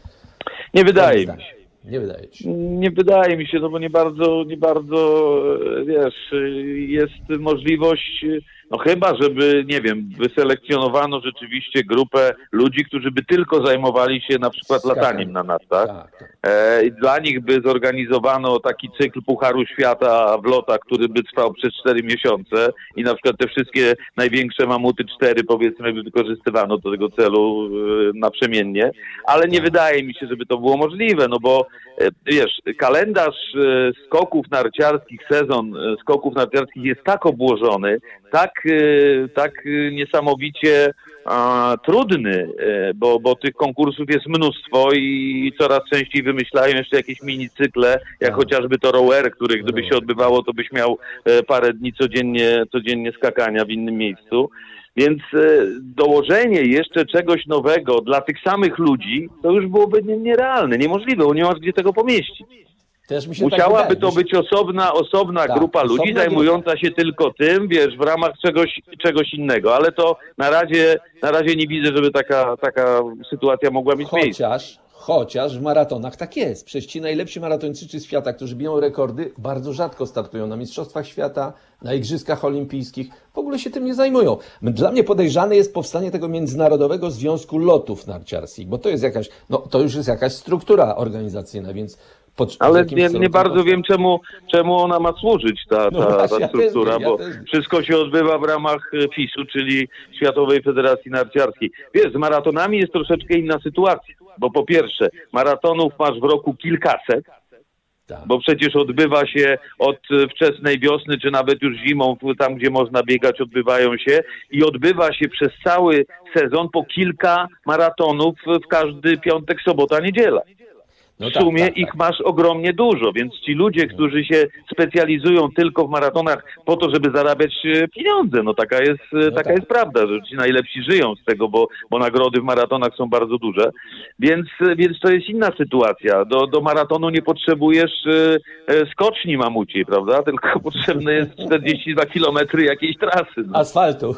Nie wydaje mi się. Nie wydaje ci się. Nie wydaje mi się, no bo nie bardzo, nie bardzo, wiesz, jest możliwość, no chyba, żeby, nie wiem, wyselekcjonowano rzeczywiście grupę ludzi, którzy by tylko zajmowali się na przykład Skakaniem. lataniem na nartach. Tak, tak. E, I dla nich by zorganizowano taki cykl Pucharu Świata w lotach, który by trwał przez cztery miesiące i na przykład te wszystkie największe mamuty, cztery powiedzmy, by wykorzystywano do tego celu e, naprzemiennie, ale nie wydaje mi się, żeby to było możliwe, no bo e, wiesz, kalendarz e, skoków narciarskich, sezon e, skoków narciarskich jest tak obłożony, tak, e, tak e, niesamowicie a, trudny, e, bo, bo tych konkursów jest mnóstwo i coraz częściej wymyślają jeszcze jakieś minicykle, jak Tak. chociażby to rower, który gdyby się odbywało, to byś miał e, parę dni codziennie, codziennie skakania w innym miejscu. Więc e, dołożenie jeszcze czegoś nowego dla tych samych ludzi, to już byłoby nie- nierealne, niemożliwe, bo nie masz gdzie tego pomieścić. Też mi się Musiałaby tak wydaje. to być osobna, osobna Tak, grupa ludzi osobna zajmująca się tylko tym, wiesz, w ramach czegoś, czegoś innego, ale to na razie, na razie nie widzę, żeby taka, taka sytuacja mogła mieć miejsce. Chociaż, chociaż w maratonach tak jest. Przecież ci najlepsi maratończycy świata, którzy biją rekordy, bardzo rzadko startują na Mistrzostwach Świata, na Igrzyskach Olimpijskich. W ogóle się tym nie zajmują. Dla mnie podejrzane jest powstanie tego Międzynarodowego Związku Lotów Narciarskich, bo to jest jakaś, no to już jest jakaś struktura organizacyjna, więc pod, Ale pod jakimś nie, celem nie to bardzo powstanie. wiem, czemu, czemu ona ma służyć, ta, No ta, właśnie, ta ja struktura, też wiem, ja bo też wiem. wszystko się odbywa w ramach e, fisu, czyli Światowej Federacji Narciarskiej. Wiesz, z maratonami jest troszeczkę inna sytuacja, bo po pierwsze, maratonów masz w roku kilkaset, Tak. bo przecież odbywa się od e, wczesnej wiosny, czy nawet już zimą, w- tam gdzie można biegać, odbywają się i odbywa się przez cały sezon po kilka maratonów w każdy piątek, sobota, niedziela. No W tak, sumie tak, tak. ich masz ogromnie dużo, więc ci ludzie, którzy się specjalizują tylko w maratonach po to, żeby zarabiać e, pieniądze, no taka jest, e, taka tak. jest prawda, że ci najlepsi żyją z tego, bo, bo nagrody w maratonach są bardzo duże, więc, e, więc to jest inna sytuacja. Do, do maratonu nie potrzebujesz e, e, skoczni mamuciej, prawda, tylko potrzebne jest czterdzieści dwa kilometry jakiejś trasy. No. Asfaltu.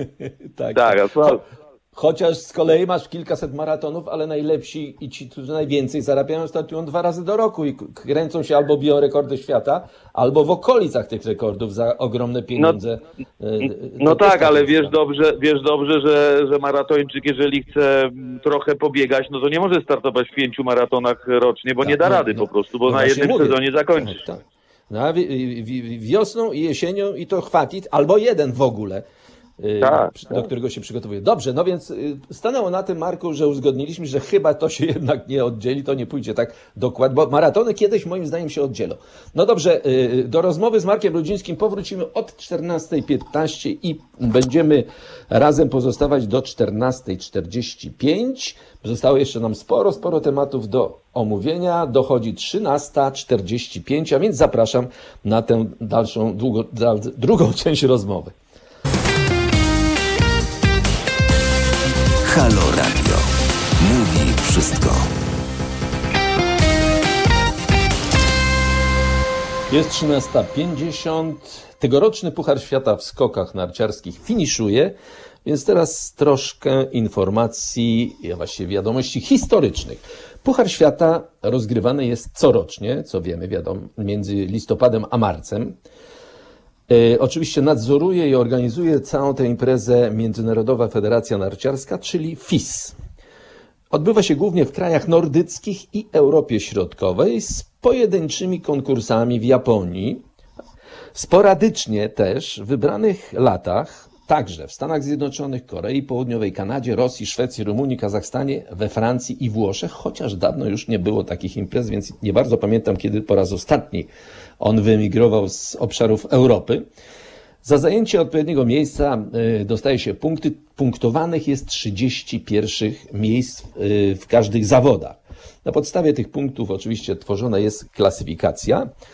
tak, Tak, asfalt. Chociaż z kolei masz kilkaset maratonów, ale najlepsi i ci, którzy najwięcej zarabiają, startują dwa razy do roku i k- kręcą się albo biją rekordy świata, albo w okolicach tych rekordów za ogromne pieniądze. E, e, No to też tak, ale jest wiesz prawda. dobrze, wiesz dobrze, że, że maratończyk, jeżeli chce mm, trochę pobiegać, no to nie może startować w pięciu maratonach rocznie, bo Tak, nie da no, rady no, po prostu, bo no na właśnie jednym mówię. sezonie zakończysz. Tak, tak. No, a wi- wi- wiosną i jesienią i to chwatit, albo jeden w ogóle, y, Tak, przy- tak. do którego się przygotowuje. Dobrze, no więc y, stanęło na tym, Marku, że uzgodniliśmy, że chyba to się jednak nie oddzieli, to nie pójdzie tak dokładnie, bo maratony kiedyś moim zdaniem się oddzielą. No dobrze, y, do rozmowy z Markiem Rudzińskim powrócimy od czternastej piętnaście i będziemy razem pozostawać do czternastej czterdzieści pięć. Zostało jeszcze nam sporo, sporo tematów do omówienia. Dochodzi trzynasta czterdzieści pięć, a więc zapraszam na tę dalszą, długo, dal, drugą część rozmowy. Halo Radio. Mówi wszystko. Jest trzynasta pięćdziesiąt. Tegoroczny Puchar Świata w skokach narciarskich finiszuje, więc teraz troszkę informacji, a właściwie wiadomości historycznych. Puchar Świata rozgrywany jest corocznie, co wiemy, wiadomo, między listopadem a marcem. E, oczywiście nadzoruje i organizuje całą tę imprezę Międzynarodowa Federacja Narciarska, czyli FIS. Odbywa się głównie w krajach nordyckich i Europie Środkowej z pojedynczymi konkursami w Japonii. Sporadycznie też w wybranych latach, także w Stanach Zjednoczonych, Korei Południowej, Kanadzie, Rosji, Szwecji, Rumunii, Kazachstanie, we Francji i Włoszech, chociaż dawno już nie było takich imprez, więc nie bardzo pamiętam, kiedy po raz ostatni on wyemigrował z obszarów Europy. Za zajęcie odpowiedniego miejsca y, dostaje się punkty. Punktowanych jest trzydzieści pierwszych miejsc y, w każdych zawodach. Na podstawie tych punktów oczywiście tworzona jest klasyfikacja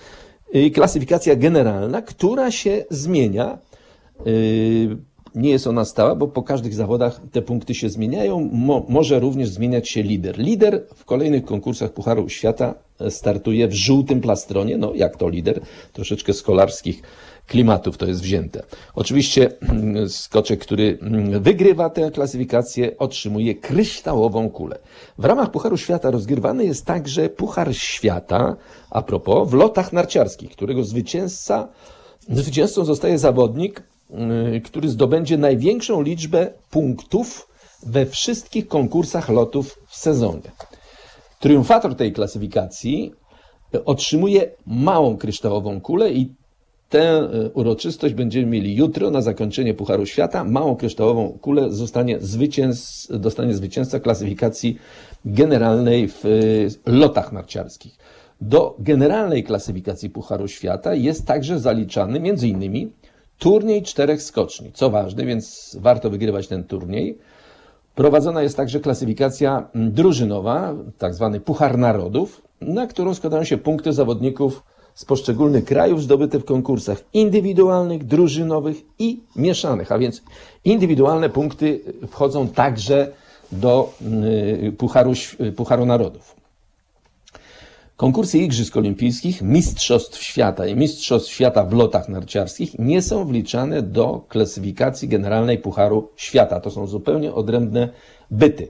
klasyfikacja generalna, która się zmienia. Nie jest ona stała, bo po każdych zawodach te punkty się zmieniają. Mo, może również zmieniać się lider. Lider w kolejnych konkursach Pucharu Świata startuje w żółtym plastronie. No jak to lider? Troszeczkę z kolarskich klimatów to jest wzięte. Oczywiście skoczek, który wygrywa tę klasyfikację, otrzymuje kryształową kulę. W ramach Pucharu Świata rozgrywany jest także Puchar Świata, a propos, w lotach narciarskich, którego zwycięzca, zwycięzcą zostaje zawodnik, który zdobędzie największą liczbę punktów we wszystkich konkursach lotów w sezonie. Triumfator tej klasyfikacji otrzymuje małą kryształową kulę i tę uroczystość będziemy mieli jutro na zakończenie Pucharu Świata. Małą kryształową kulę zostanie zwycięz, dostanie zwycięzca klasyfikacji generalnej w lotach narciarskich. Do generalnej klasyfikacji Pucharu Świata jest także zaliczany między innymi turniej czterech skoczni. Co ważne, więc warto wygrywać ten turniej. Prowadzona jest także klasyfikacja drużynowa, tak zwany Puchar Narodów, na którą składają się punkty zawodników z poszczególnych krajów zdobyte w konkursach indywidualnych, drużynowych i mieszanych. A więc indywidualne punkty wchodzą także do Pucharu, Pucharu Narodów. Konkursy Igrzysk Olimpijskich, Mistrzostw Świata i Mistrzostw Świata w lotach narciarskich nie są wliczane do klasyfikacji generalnej Pucharu Świata. To są zupełnie odrębne byty.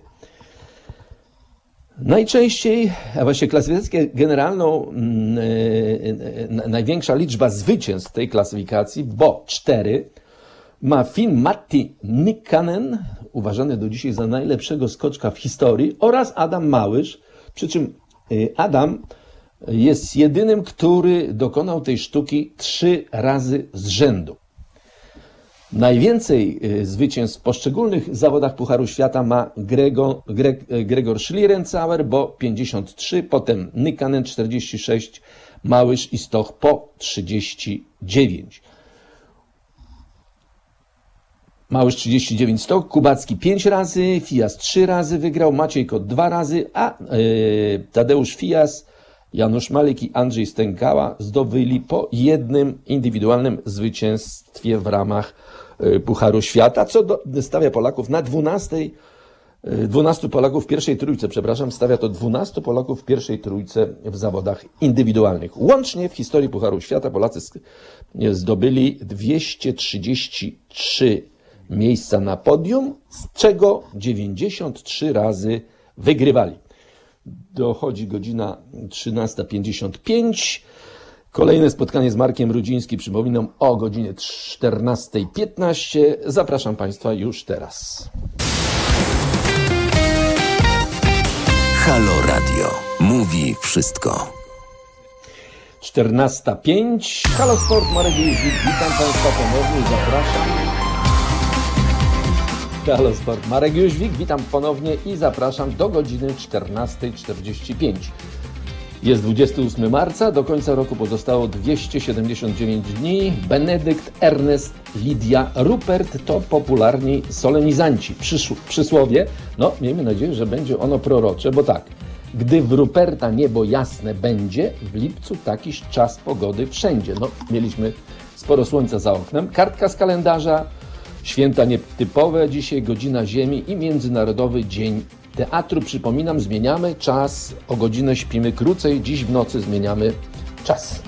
Najczęściej, a właściwie klasyfikację generalną, największa liczba zwycięstw tej klasyfikacji, bo cztery, ma Finn Matti Nikkanen, uważany do dzisiaj za najlepszego skoczka w historii, oraz Adam Małysz, przy czym Adam jest jedynym, który dokonał tej sztuki trzy razy z rzędu. Najwięcej zwycięstw w poszczególnych zawodach Pucharu Świata ma Gregor, Greg, Gregor Schlierenzauer, bo pięćdziesiąt trzy, potem Nikkanen czterdzieści sześć, Małysz i Stoch po trzydzieści dziewięć. Małysz trzydzieści dziewięć, Stoch, Kubacki pięć razy, Fijas trzy razy wygrał, Maciej Kot dwa razy, a yy, Tadeusz Fijas, Janusz Malik i Andrzej Stękała zdobyli po jednym indywidualnym zwycięstwie w ramach yy, Pucharu Świata, co do, stawia Polaków na dwunastej, yy, dwunastu Polaków w pierwszej trójce, przepraszam, stawia to dwunastu Polaków w pierwszej trójce w zawodach indywidualnych. Łącznie w historii Pucharu Świata Polacy zdobyli dwieście trzydzieści trzy miejsca na podium, z czego dziewięćdziesiąt trzy razy wygrywali. Dochodzi godzina trzynasta pięćdziesiąt pięć. Kolejne spotkanie z Markiem Rudzińskim, przypominam, o godzinie czternasta piętnaście. Zapraszam Państwa już teraz. Halo Radio. Mówi wszystko. czternasta pięć. Halo Sport, Marek Jóźwik. Witam Państwa ponownie, zapraszam. Halo Sport, Marek Jóźwik, witam ponownie i zapraszam do godziny czternasta czterdzieści pięć. Jest dwudziestego ósmego marca, do końca roku pozostało dwieście siedemdziesiąt dziewięć dni. Benedykt, Ernest, Lidia, Rupert to popularni solenizanci. Przysz- przysłowie, no miejmy nadzieję, że będzie ono prorocze, bo tak, gdy w Ruperta niebo jasne będzie, w lipcu takiż czas pogody wszędzie. No, mieliśmy sporo słońca za oknem. Kartka z kalendarza, święta nietypowe, dzisiaj godzina Ziemi i Międzynarodowy Dzień Teatru. Przypominam, zmieniamy czas, o godzinę śpimy krócej, dziś w nocy zmieniamy czas.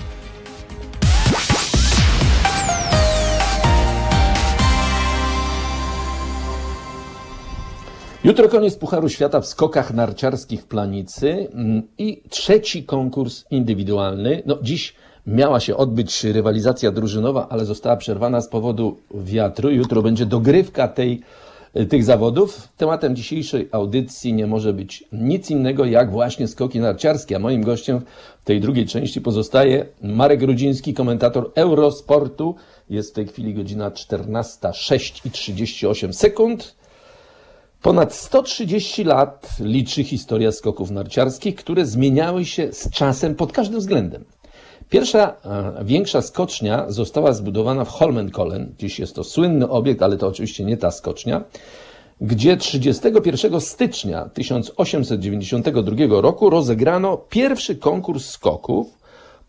Jutro koniec Pucharu Świata w skokach narciarskich w Planicy i trzeci konkurs indywidualny. No, dziś miała się odbyć rywalizacja drużynowa, ale została przerwana z powodu wiatru. Jutro będzie dogrywka tej, tych zawodów. Tematem dzisiejszej audycji nie może być nic innego jak właśnie skoki narciarskie. A moim gościem w tej drugiej części pozostaje Marek Rudziński, komentator Eurosportu. Jest w tej chwili godzina czternasta sześć i trzydzieści osiem sekund. Ponad sto trzydzieści lat liczy historia skoków narciarskich, które zmieniały się z czasem pod każdym względem. Pierwsza a, większa skocznia została zbudowana w Holmenkollen. Dziś jest to słynny obiekt, ale to oczywiście nie ta skocznia, gdzie trzydziestego pierwszego stycznia tysiąc osiemset dziewięćdziesiątego drugiego roku rozegrano pierwszy konkurs skoków,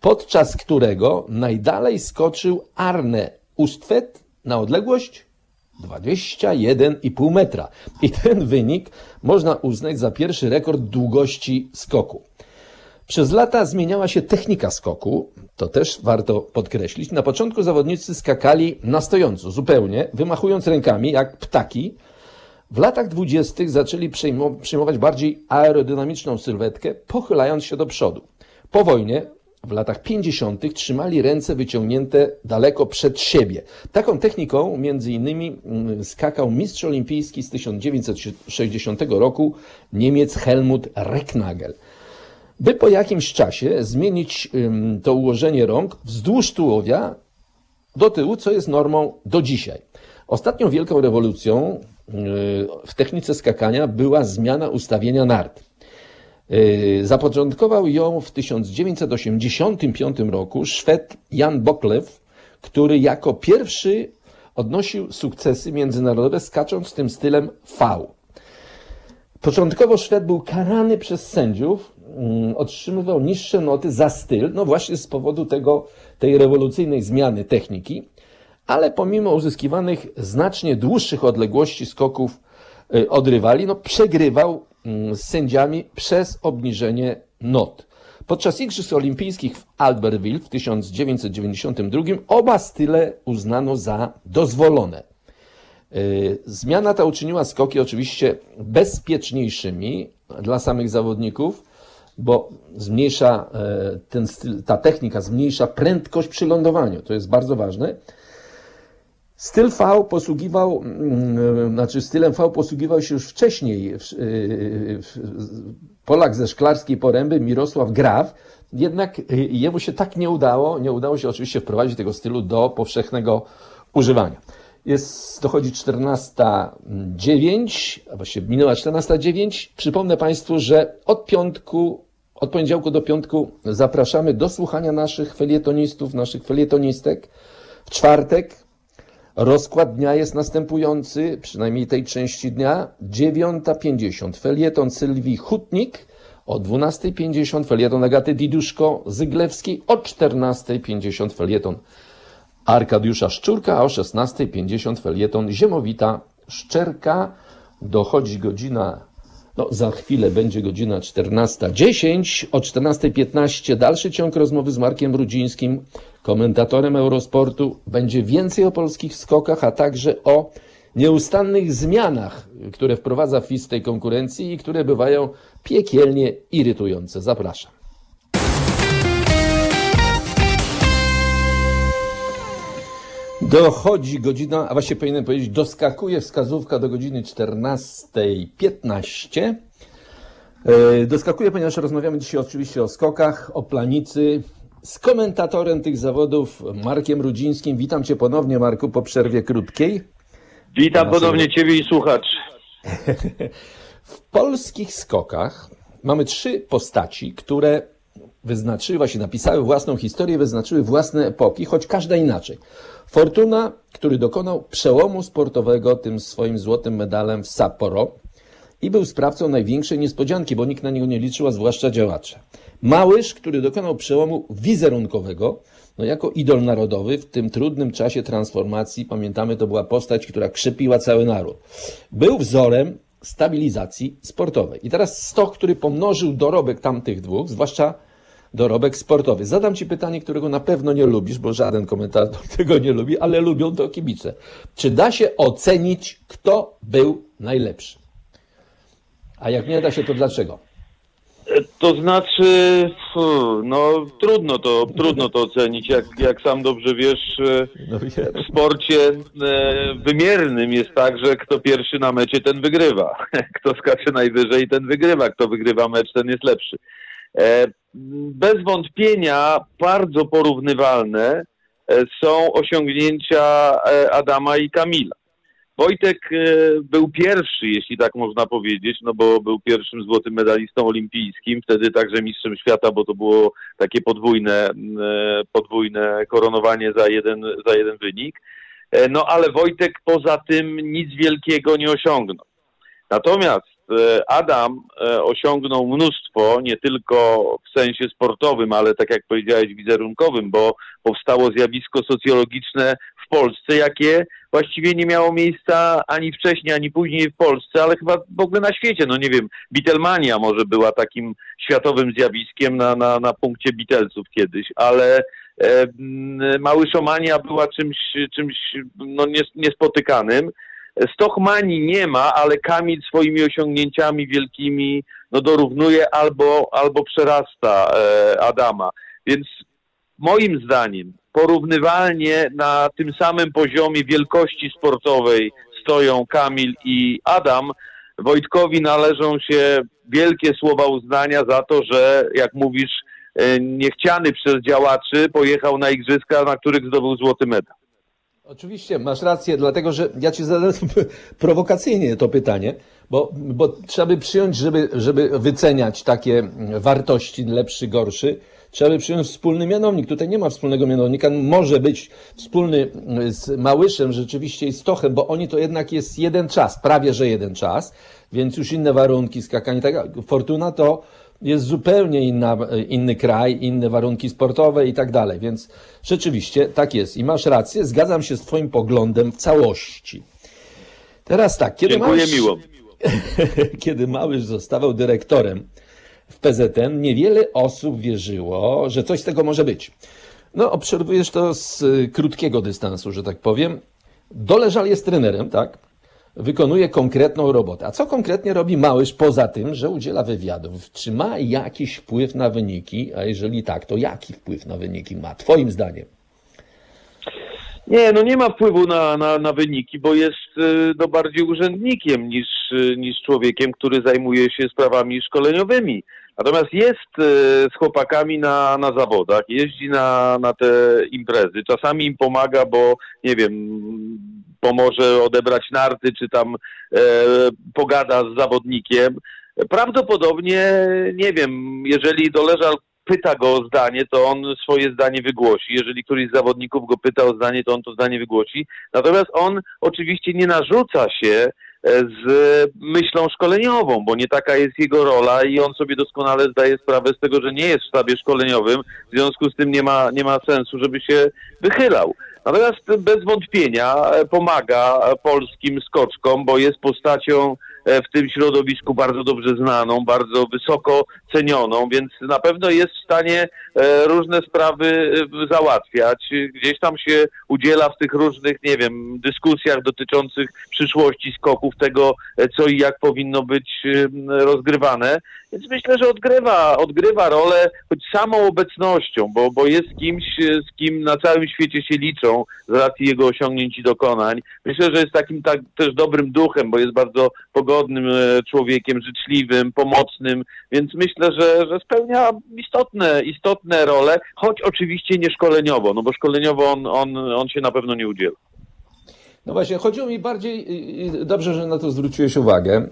podczas którego najdalej skoczył Arne Ustvedt na odległość dwadzieścia jeden i pół metra. I ten wynik można uznać za pierwszy rekord długości skoku. Przez lata zmieniała się technika skoku, to też warto podkreślić. Na początku zawodnicy skakali na stojąco, zupełnie, wymachując rękami jak ptaki. W latach dwudziestych zaczęli przyjmować bardziej aerodynamiczną sylwetkę, pochylając się do przodu. Po wojnie, w latach pięćdziesiątych, trzymali ręce wyciągnięte daleko przed siebie. Taką techniką między innymi skakał mistrz olimpijski z tysiąc dziewięćset sześćdziesiątego roku, Niemiec Helmut Recknagel. By po jakimś czasie zmienić ym, to ułożenie rąk wzdłuż tułowia do tyłu, co jest normą do dzisiaj. Ostatnią wielką rewolucją yy, w technice skakania była zmiana ustawienia nart. Yy, zapoczątkował ją w tysiąc dziewięćset osiemdziesiątym piątym roku Szwed Jan Boklew, który jako pierwszy odnosił sukcesy międzynarodowe, skacząc tym stylem V. Początkowo Szwed był karany przez sędziów, otrzymywał niższe noty za styl, no właśnie z powodu tego, tej rewolucyjnej zmiany techniki, ale pomimo uzyskiwanych znacznie dłuższych odległości skoków od rywali, no przegrywał z sędziami przez obniżenie not. Podczas Igrzysk Olimpijskich w Albertville w tysiąc dziewięćset dziewięćdziesiątym drugim oba style uznano za dozwolone. Zmiana ta uczyniła skoki oczywiście bezpieczniejszymi dla samych zawodników, bo zmniejsza ten styl, ta technika zmniejsza prędkość przy lądowaniu. To jest bardzo ważne. Styl V posługiwał, znaczy stylem V posługiwał się już wcześniej Polak ze Szklarskiej Poręby, Mirosław Graf, jednak jemu się tak nie udało, nie udało się oczywiście wprowadzić tego stylu do powszechnego używania. Jest, dochodzi czternasta dziewięć, a właściwie minęła czternasta dziewięć. Przypomnę Państwu, że od piątku, od poniedziałku do piątku zapraszamy do słuchania naszych felietonistów, naszych felietonistek. W czwartek rozkład dnia jest następujący, przynajmniej tej części dnia, dziewiąta pięćdziesiąt felieton Sylwii Hutnik, o dwunasta pięćdziesiąt felieton Agaty Diduszko-Zyglewskiej, o czternasta pięćdziesiąt felieton Arkadiusza Szczurka, a o szesnasta pięćdziesiąt felieton Ziemowita Szczerka. Dochodzi godzina, no za chwilę będzie godzina czternasta dziesięć, o czternasta piętnaście dalszy ciąg rozmowy z Markiem Rudzińskim, komentatorem Eurosportu. Będzie więcej o polskich skokach, a także o nieustannych zmianach, które wprowadza F I S w tej konkurencji i które bywają piekielnie irytujące. Zapraszam. Dochodzi godzina, a właściwie powinienem powiedzieć, doskakuje wskazówka do godziny czternasta piętnaście. Doskakuje, ponieważ rozmawiamy dzisiaj oczywiście o skokach, o planicy, z komentatorem tych zawodów, Markiem Rudzińskim. Witam Cię ponownie, Marku, po przerwie krótkiej. Witam ponownie Ciebie i słuchaczy. W polskich skokach mamy trzy postaci, które wyznaczyły, właśnie napisały własną historię, wyznaczyły własne epoki, choć każda inaczej. Fortuna, który dokonał przełomu sportowego tym swoim złotym medalem w Sapporo i był sprawcą największej niespodzianki, bo nikt na niego nie liczył, a zwłaszcza działacze. Małysz, który dokonał przełomu wizerunkowego, no jako idol narodowy w tym trudnym czasie transformacji, pamiętamy, to była postać, która krzepiła cały naród. Był wzorem stabilizacji sportowej. I teraz stok, który pomnożył dorobek tamtych dwóch, zwłaszcza dorobek sportowy. Zadam Ci pytanie, którego na pewno nie lubisz, bo żaden komentator tego nie lubi, ale lubią to kibice. Czy da się ocenić, kto był najlepszy? A jak nie da się, to dlaczego? To znaczy, no trudno to, trudno to ocenić. Jak, jak sam dobrze wiesz, w sporcie wymiernym jest tak, że kto pierwszy na mecie, ten wygrywa. Kto skacze najwyżej, ten wygrywa. Kto wygrywa mecz, ten jest lepszy. Bez wątpienia bardzo porównywalne są osiągnięcia Adama i Kamila. Wojtek był pierwszy, jeśli tak można powiedzieć, no bo był pierwszym złotym medalistą olimpijskim, wtedy także mistrzem świata, bo to było takie podwójne, podwójne koronowanie za jeden, za jeden wynik. No ale Wojtek poza tym nic wielkiego nie osiągnął. Natomiast Adam osiągnął mnóstwo, nie tylko w sensie sportowym, ale tak jak powiedziałeś, wizerunkowym, bo powstało zjawisko socjologiczne w Polsce, jakie właściwie nie miało miejsca ani wcześniej, ani później w Polsce, ale chyba w ogóle na świecie. No nie wiem, Beatlemania może była takim światowym zjawiskiem na, na, na punkcie Beatlesów kiedyś, ale e, Małyszomania była czymś, czymś no, nies, niespotykanym. Stochmanii nie ma, ale Kamil swoimi osiągnięciami wielkimi no, dorównuje albo, albo przerasta e, Adama. Więc moim zdaniem porównywalnie na tym samym poziomie wielkości sportowej stoją Kamil i Adam. Wojtkowi należą się wielkie słowa uznania za to, że, jak mówisz, niechciany przez działaczy pojechał na igrzyska, na których zdobył złoty medal. Oczywiście, masz rację, dlatego że ja ci zadam prowokacyjnie to pytanie, bo, bo trzeba by przyjąć, żeby, żeby wyceniać takie wartości, lepszy, gorszy, trzeba by przyjąć wspólny mianownik. Tutaj nie ma wspólnego mianownika. Może być wspólny z Małyszem rzeczywiście i Stochem, bo oni to jednak jest jeden czas, prawie że jeden czas, więc już inne warunki, skakanie. Tak. Fortuna to jest zupełnie inna, inny kraj, inne warunki sportowe i tak dalej. Więc rzeczywiście tak jest. I masz rację, zgadzam się z twoim poglądem w całości. Teraz tak, kiedy Dziękuję Małysz, miło. kiedy Małysz zostawał dyrektorem w P Z N, niewiele osób wierzyło, że coś z tego może być. No, obserwujesz to z krótkiego dystansu, że tak powiem. Doleżal jest trenerem, tak? Wykonuje konkretną robotę. A co konkretnie robi Małysz poza tym, że udziela wywiadów? Czy ma jakiś wpływ na wyniki? A jeżeli tak, to jaki wpływ na wyniki ma, twoim zdaniem? Nie, no nie ma wpływu na, na, na wyniki, bo jest no, bardziej urzędnikiem niż, niż człowiekiem, który zajmuje się sprawami szkoleniowymi. Natomiast jest z chłopakami na, na zawodach, jeździ na, na te imprezy. Czasami im pomaga, bo nie wiem, pomoże odebrać narty, czy tam e, pogada z zawodnikiem. Prawdopodobnie, nie wiem, jeżeli Doleżal pyta go o zdanie, to on swoje zdanie wygłosi. Jeżeli któryś z zawodników go pyta o zdanie, to on to zdanie wygłosi. Natomiast on oczywiście nie narzuca się z myślą szkoleniową, bo nie taka jest jego rola i on sobie doskonale zdaje sprawę z tego, że nie jest w sztabie szkoleniowym, w związku z tym nie ma, nie ma sensu, żeby się wychylał. Natomiast bez wątpienia pomaga polskim skoczkom, bo jest postacią w tym środowisku bardzo dobrze znaną, bardzo wysoko cenioną, więc na pewno jest w stanie różne sprawy załatwiać. Gdzieś tam się udziela w tych różnych, nie wiem, dyskusjach dotyczących przyszłości skoków, tego co i jak powinno być rozgrywane. Więc myślę, że odgrywa, odgrywa rolę choć samą obecnością, bo, bo jest kimś, z kim na całym świecie się liczą z racji jego osiągnięć i dokonań. Myślę, że jest takim tak, też dobrym duchem, bo jest bardzo pogodnym człowiekiem, życzliwym, pomocnym, więc myślę, że, że spełnia istotne, istotne role, choć oczywiście nie szkoleniowo, no bo szkoleniowo on, on, on się na pewno nie udziela. No właśnie, chodziło mi bardziej, dobrze, że na to zwróciłeś uwagę,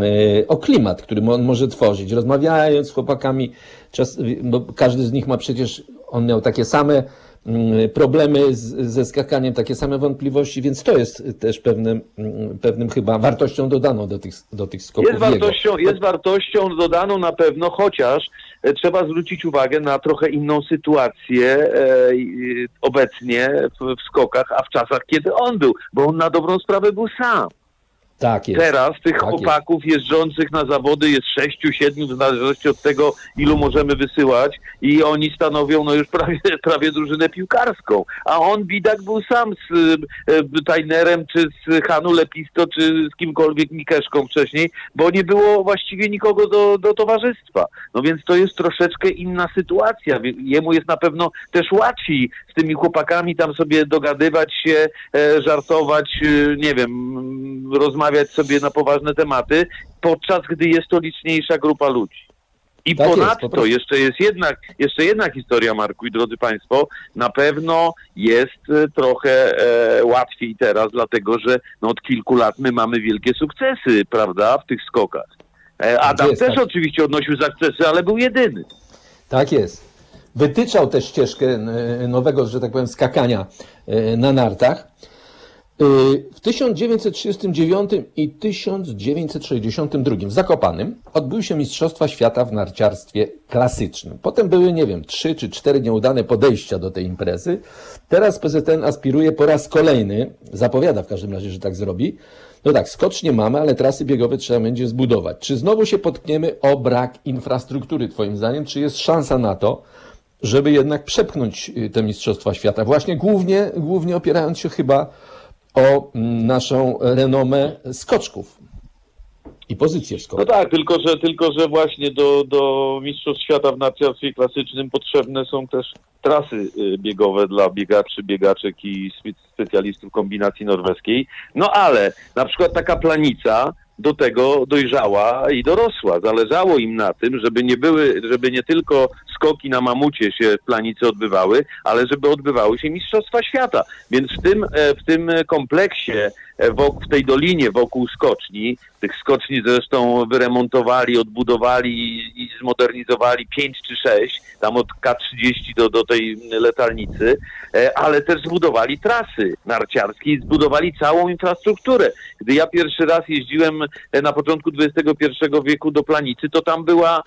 o klimat, który on może tworzyć. Rozmawiając z chłopakami, czas, bo każdy z nich ma przecież, on miał takie same problemy z, ze skakaniem, takie same wątpliwości, więc to jest też pewnym, pewnym chyba wartością dodaną do tych, do tych skoków. Jest wartością, jest wartością dodaną na pewno, chociaż trzeba zwrócić uwagę na trochę inną sytuację e, obecnie w, w skokach, a w czasach, kiedy on był, bo on na dobrą sprawę był sam. Tak jest. Teraz tych tak chłopaków jest. jeżdżących na zawody jest sześciu, siedmiu, w zależności od tego, ilu możemy wysyłać i oni stanowią no już prawie, prawie drużynę piłkarską. A on, bidak, był sam z e, Tajnerem, czy z Hanu Lepisto, czy z kimkolwiek Mikeszką wcześniej, bo nie było właściwie nikogo do, do towarzystwa. No więc to jest troszeczkę inna sytuacja. Jemu jest na pewno też łatwiej z tymi chłopakami tam sobie dogadywać się, e, żartować, e, nie wiem, rozmawiać sobie na poważne tematy, podczas gdy jest to liczniejsza grupa ludzi. I tak ponadto jest, po jeszcze jest jednak, jeszcze jedna historia, Marku i drodzy Państwo, na pewno jest trochę e, łatwiej teraz, dlatego że no, od kilku lat my mamy wielkie sukcesy, prawda, w tych skokach. E, Adam jest, też tak. oczywiście odnosił sukcesy, ale był jedyny. Tak jest. Wytyczał też ścieżkę nowego, że tak powiem, skakania na nartach. W tysiąc dziewięćset trzydziestym dziewiątym i tysiąc dziewięćset sześćdziesiątym drugim w Zakopanem odbyły się Mistrzostwa Świata w narciarstwie klasycznym. Potem były, nie wiem, trzy czy cztery nieudane podejścia do tej imprezy. Teraz P Z N aspiruje po raz kolejny, zapowiada w każdym razie, że tak zrobi. No tak, skocznie mamy, ale trasy biegowe trzeba będzie zbudować. Czy znowu się potkniemy o brak infrastruktury, twoim zdaniem? Czy jest szansa na to, żeby jednak przepchnąć te Mistrzostwa Świata? Właśnie głównie, głównie opierając się chyba o naszą renomę skoczków i pozycję w skoku. No tak, tylko że, tylko że właśnie do, do Mistrzostw Świata w narciarstwie klasycznym potrzebne są też trasy biegowe dla biegaczy, biegaczek i specjalistów kombinacji norweskiej. No ale na przykład taka Planica do tego dojrzała i dorosła. Zależało im na tym, żeby nie były, żeby nie tylko skoki na mamucie się w Planicy odbywały, ale żeby odbywały się Mistrzostwa Świata. Więc w tym, w tym kompleksie, wokół, w tej dolinie wokół skoczni, tych skoczni zresztą wyremontowali, odbudowali i zmodernizowali pięć czy sześć, tam od K trzydzieści do, do tej letalnicy, ale też zbudowali trasy narciarskie i zbudowali całą infrastrukturę. Gdy ja pierwszy raz jeździłem na początku dwudziestego pierwszego wieku do Planicy, to tam była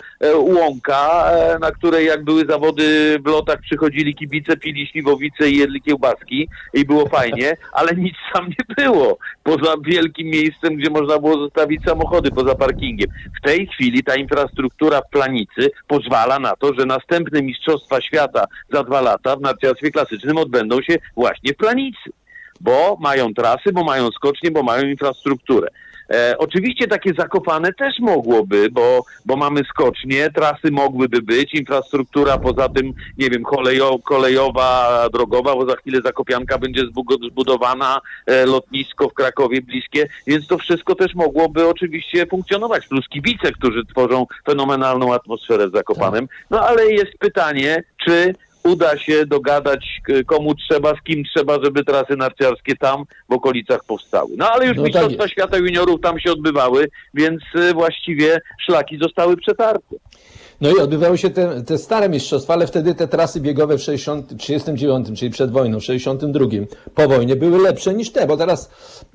łąka, na której jak były zawody w lotach, przychodzili kibice, pili śliwowice i jedli kiełbaski i było fajnie, ale nic tam nie było. Poza wielkim miejscem, gdzie można było zostawić samochody, poza parkingiem. W tej chwili ta infrastruktura w Planicy pozwala na to, że następne Mistrzostwa Świata za dwa lata w narciarstwie klasycznym odbędą się właśnie w Planicy. Bo mają trasy, bo mają skocznie, bo mają infrastrukturę. E, oczywiście takie Zakopane też mogłoby, bo, bo mamy skocznie, trasy mogłyby być, infrastruktura poza tym, nie wiem, kolejo, kolejowa, drogowa, bo za chwilę Zakopianka będzie zbudowana, e, lotnisko w Krakowie bliskie, więc to wszystko też mogłoby oczywiście funkcjonować. Plus kibice, którzy tworzą fenomenalną atmosferę w Zakopanem. No ale jest pytanie, czy uda się dogadać, komu trzeba, z kim trzeba, żeby trasy narciarskie tam w okolicach powstały. No ale już no Mistrzostwa tak Świata Juniorów tam się odbywały, więc właściwie szlaki zostały przetarte. No i odbywały się te, te stare mistrzostwa, ale wtedy te trasy biegowe w trzydziestym dziewiątym, czyli przed wojną, w sześćdziesiątym drugim, po wojnie, były lepsze niż te, bo teraz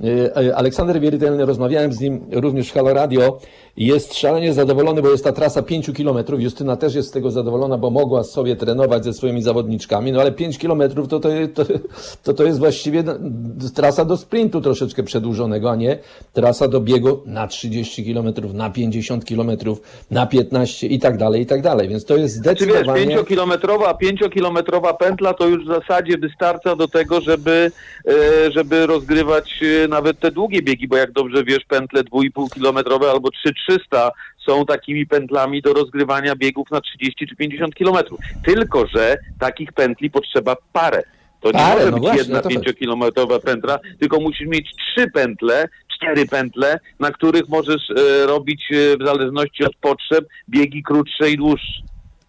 y, Aleksander Wieritelny, rozmawiałem z nim również w Halo Radio, jest szalenie zadowolony, bo jest ta trasa pięciu kilometrów. Justyna też jest z tego zadowolona, bo mogła sobie trenować ze swoimi zawodniczkami, no ale pięć kilometrów to to, to, to to jest właściwie trasa do sprintu troszeczkę przedłużonego, a nie trasa do biegu na trzydzieści kilometrów, na pięćdziesiąt kilometrów, na piętnaście i tak dalej, i tak dalej. Więc to jest zdecydowanie... Czy wiesz, pięciokilometrowa, pięciokilometrowa pętla to już w zasadzie wystarcza do tego, żeby, żeby rozgrywać nawet te długie biegi, bo jak dobrze wiesz, pętle dwuipółkilometrowe albo trzy trzysta są takimi pętlami do rozgrywania biegów na trzydzieści czy pięćdziesiąt kilometrów. Tylko że takich pętli potrzeba parę. To nie Parę, może no być właśnie, jedna to pięciokilometrowa pętla, tylko musisz mieć trzy pętle, cztery pętle, na których możesz e, robić e, w zależności od potrzeb biegi krótsze i dłuższe.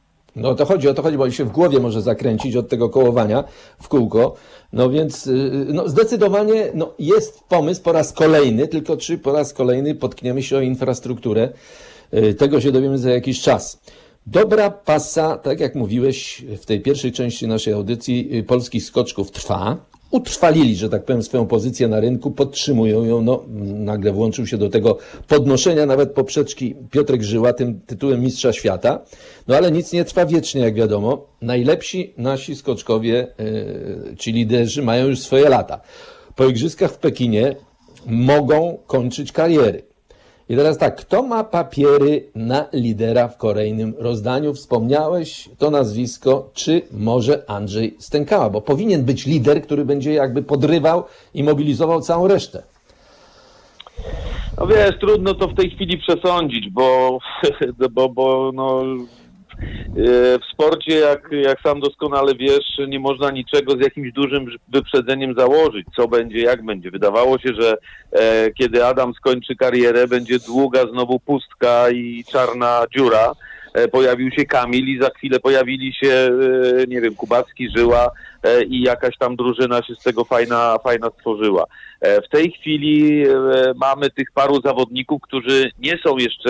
No to chodzi, o to chodzi, bo się w głowie może zakręcić od tego kołowania w kółko. No więc no zdecydowanie no, jest pomysł po raz kolejny, tylko czy po raz kolejny potkniemy się o infrastrukturę. Tego się dowiemy za jakiś czas. Dobra pasa, tak jak mówiłeś w tej pierwszej części naszej audycji, polskich skoczków trwa. Utrwalili, że tak powiem, swoją pozycję na rynku, podtrzymują ją. No, nagle włączył się do tego podnoszenia nawet poprzeczki Piotrek Żyła tym tytułem Mistrza Świata. No ale nic nie trwa wiecznie, jak wiadomo. Najlepsi nasi skoczkowie, yy, ci liderzy, mają już swoje lata. Po igrzyskach w Pekinie mogą kończyć kariery. I teraz tak, kto ma papiery na lidera w kolejnym rozdaniu? Wspomniałeś to nazwisko, czy może Andrzej Stękała? Bo powinien być lider, który będzie jakby podrywał i mobilizował całą resztę. No wiesz, trudno to w tej chwili przesądzić, bo, bo, bo no, w sporcie, jak, jak sam doskonale wiesz, nie można niczego z jakimś dużym wyprzedzeniem założyć, co będzie, jak będzie. Wydawało się, że e, kiedy Adam skończy karierę, będzie długa znowu pustka i czarna dziura. E, pojawił się Kamil i za chwilę pojawili się, e, nie wiem, Kubacki, Żyła e, i jakaś tam drużyna się z tego fajna, fajna stworzyła. E, w tej chwili e, mamy tych paru zawodników, którzy nie są jeszcze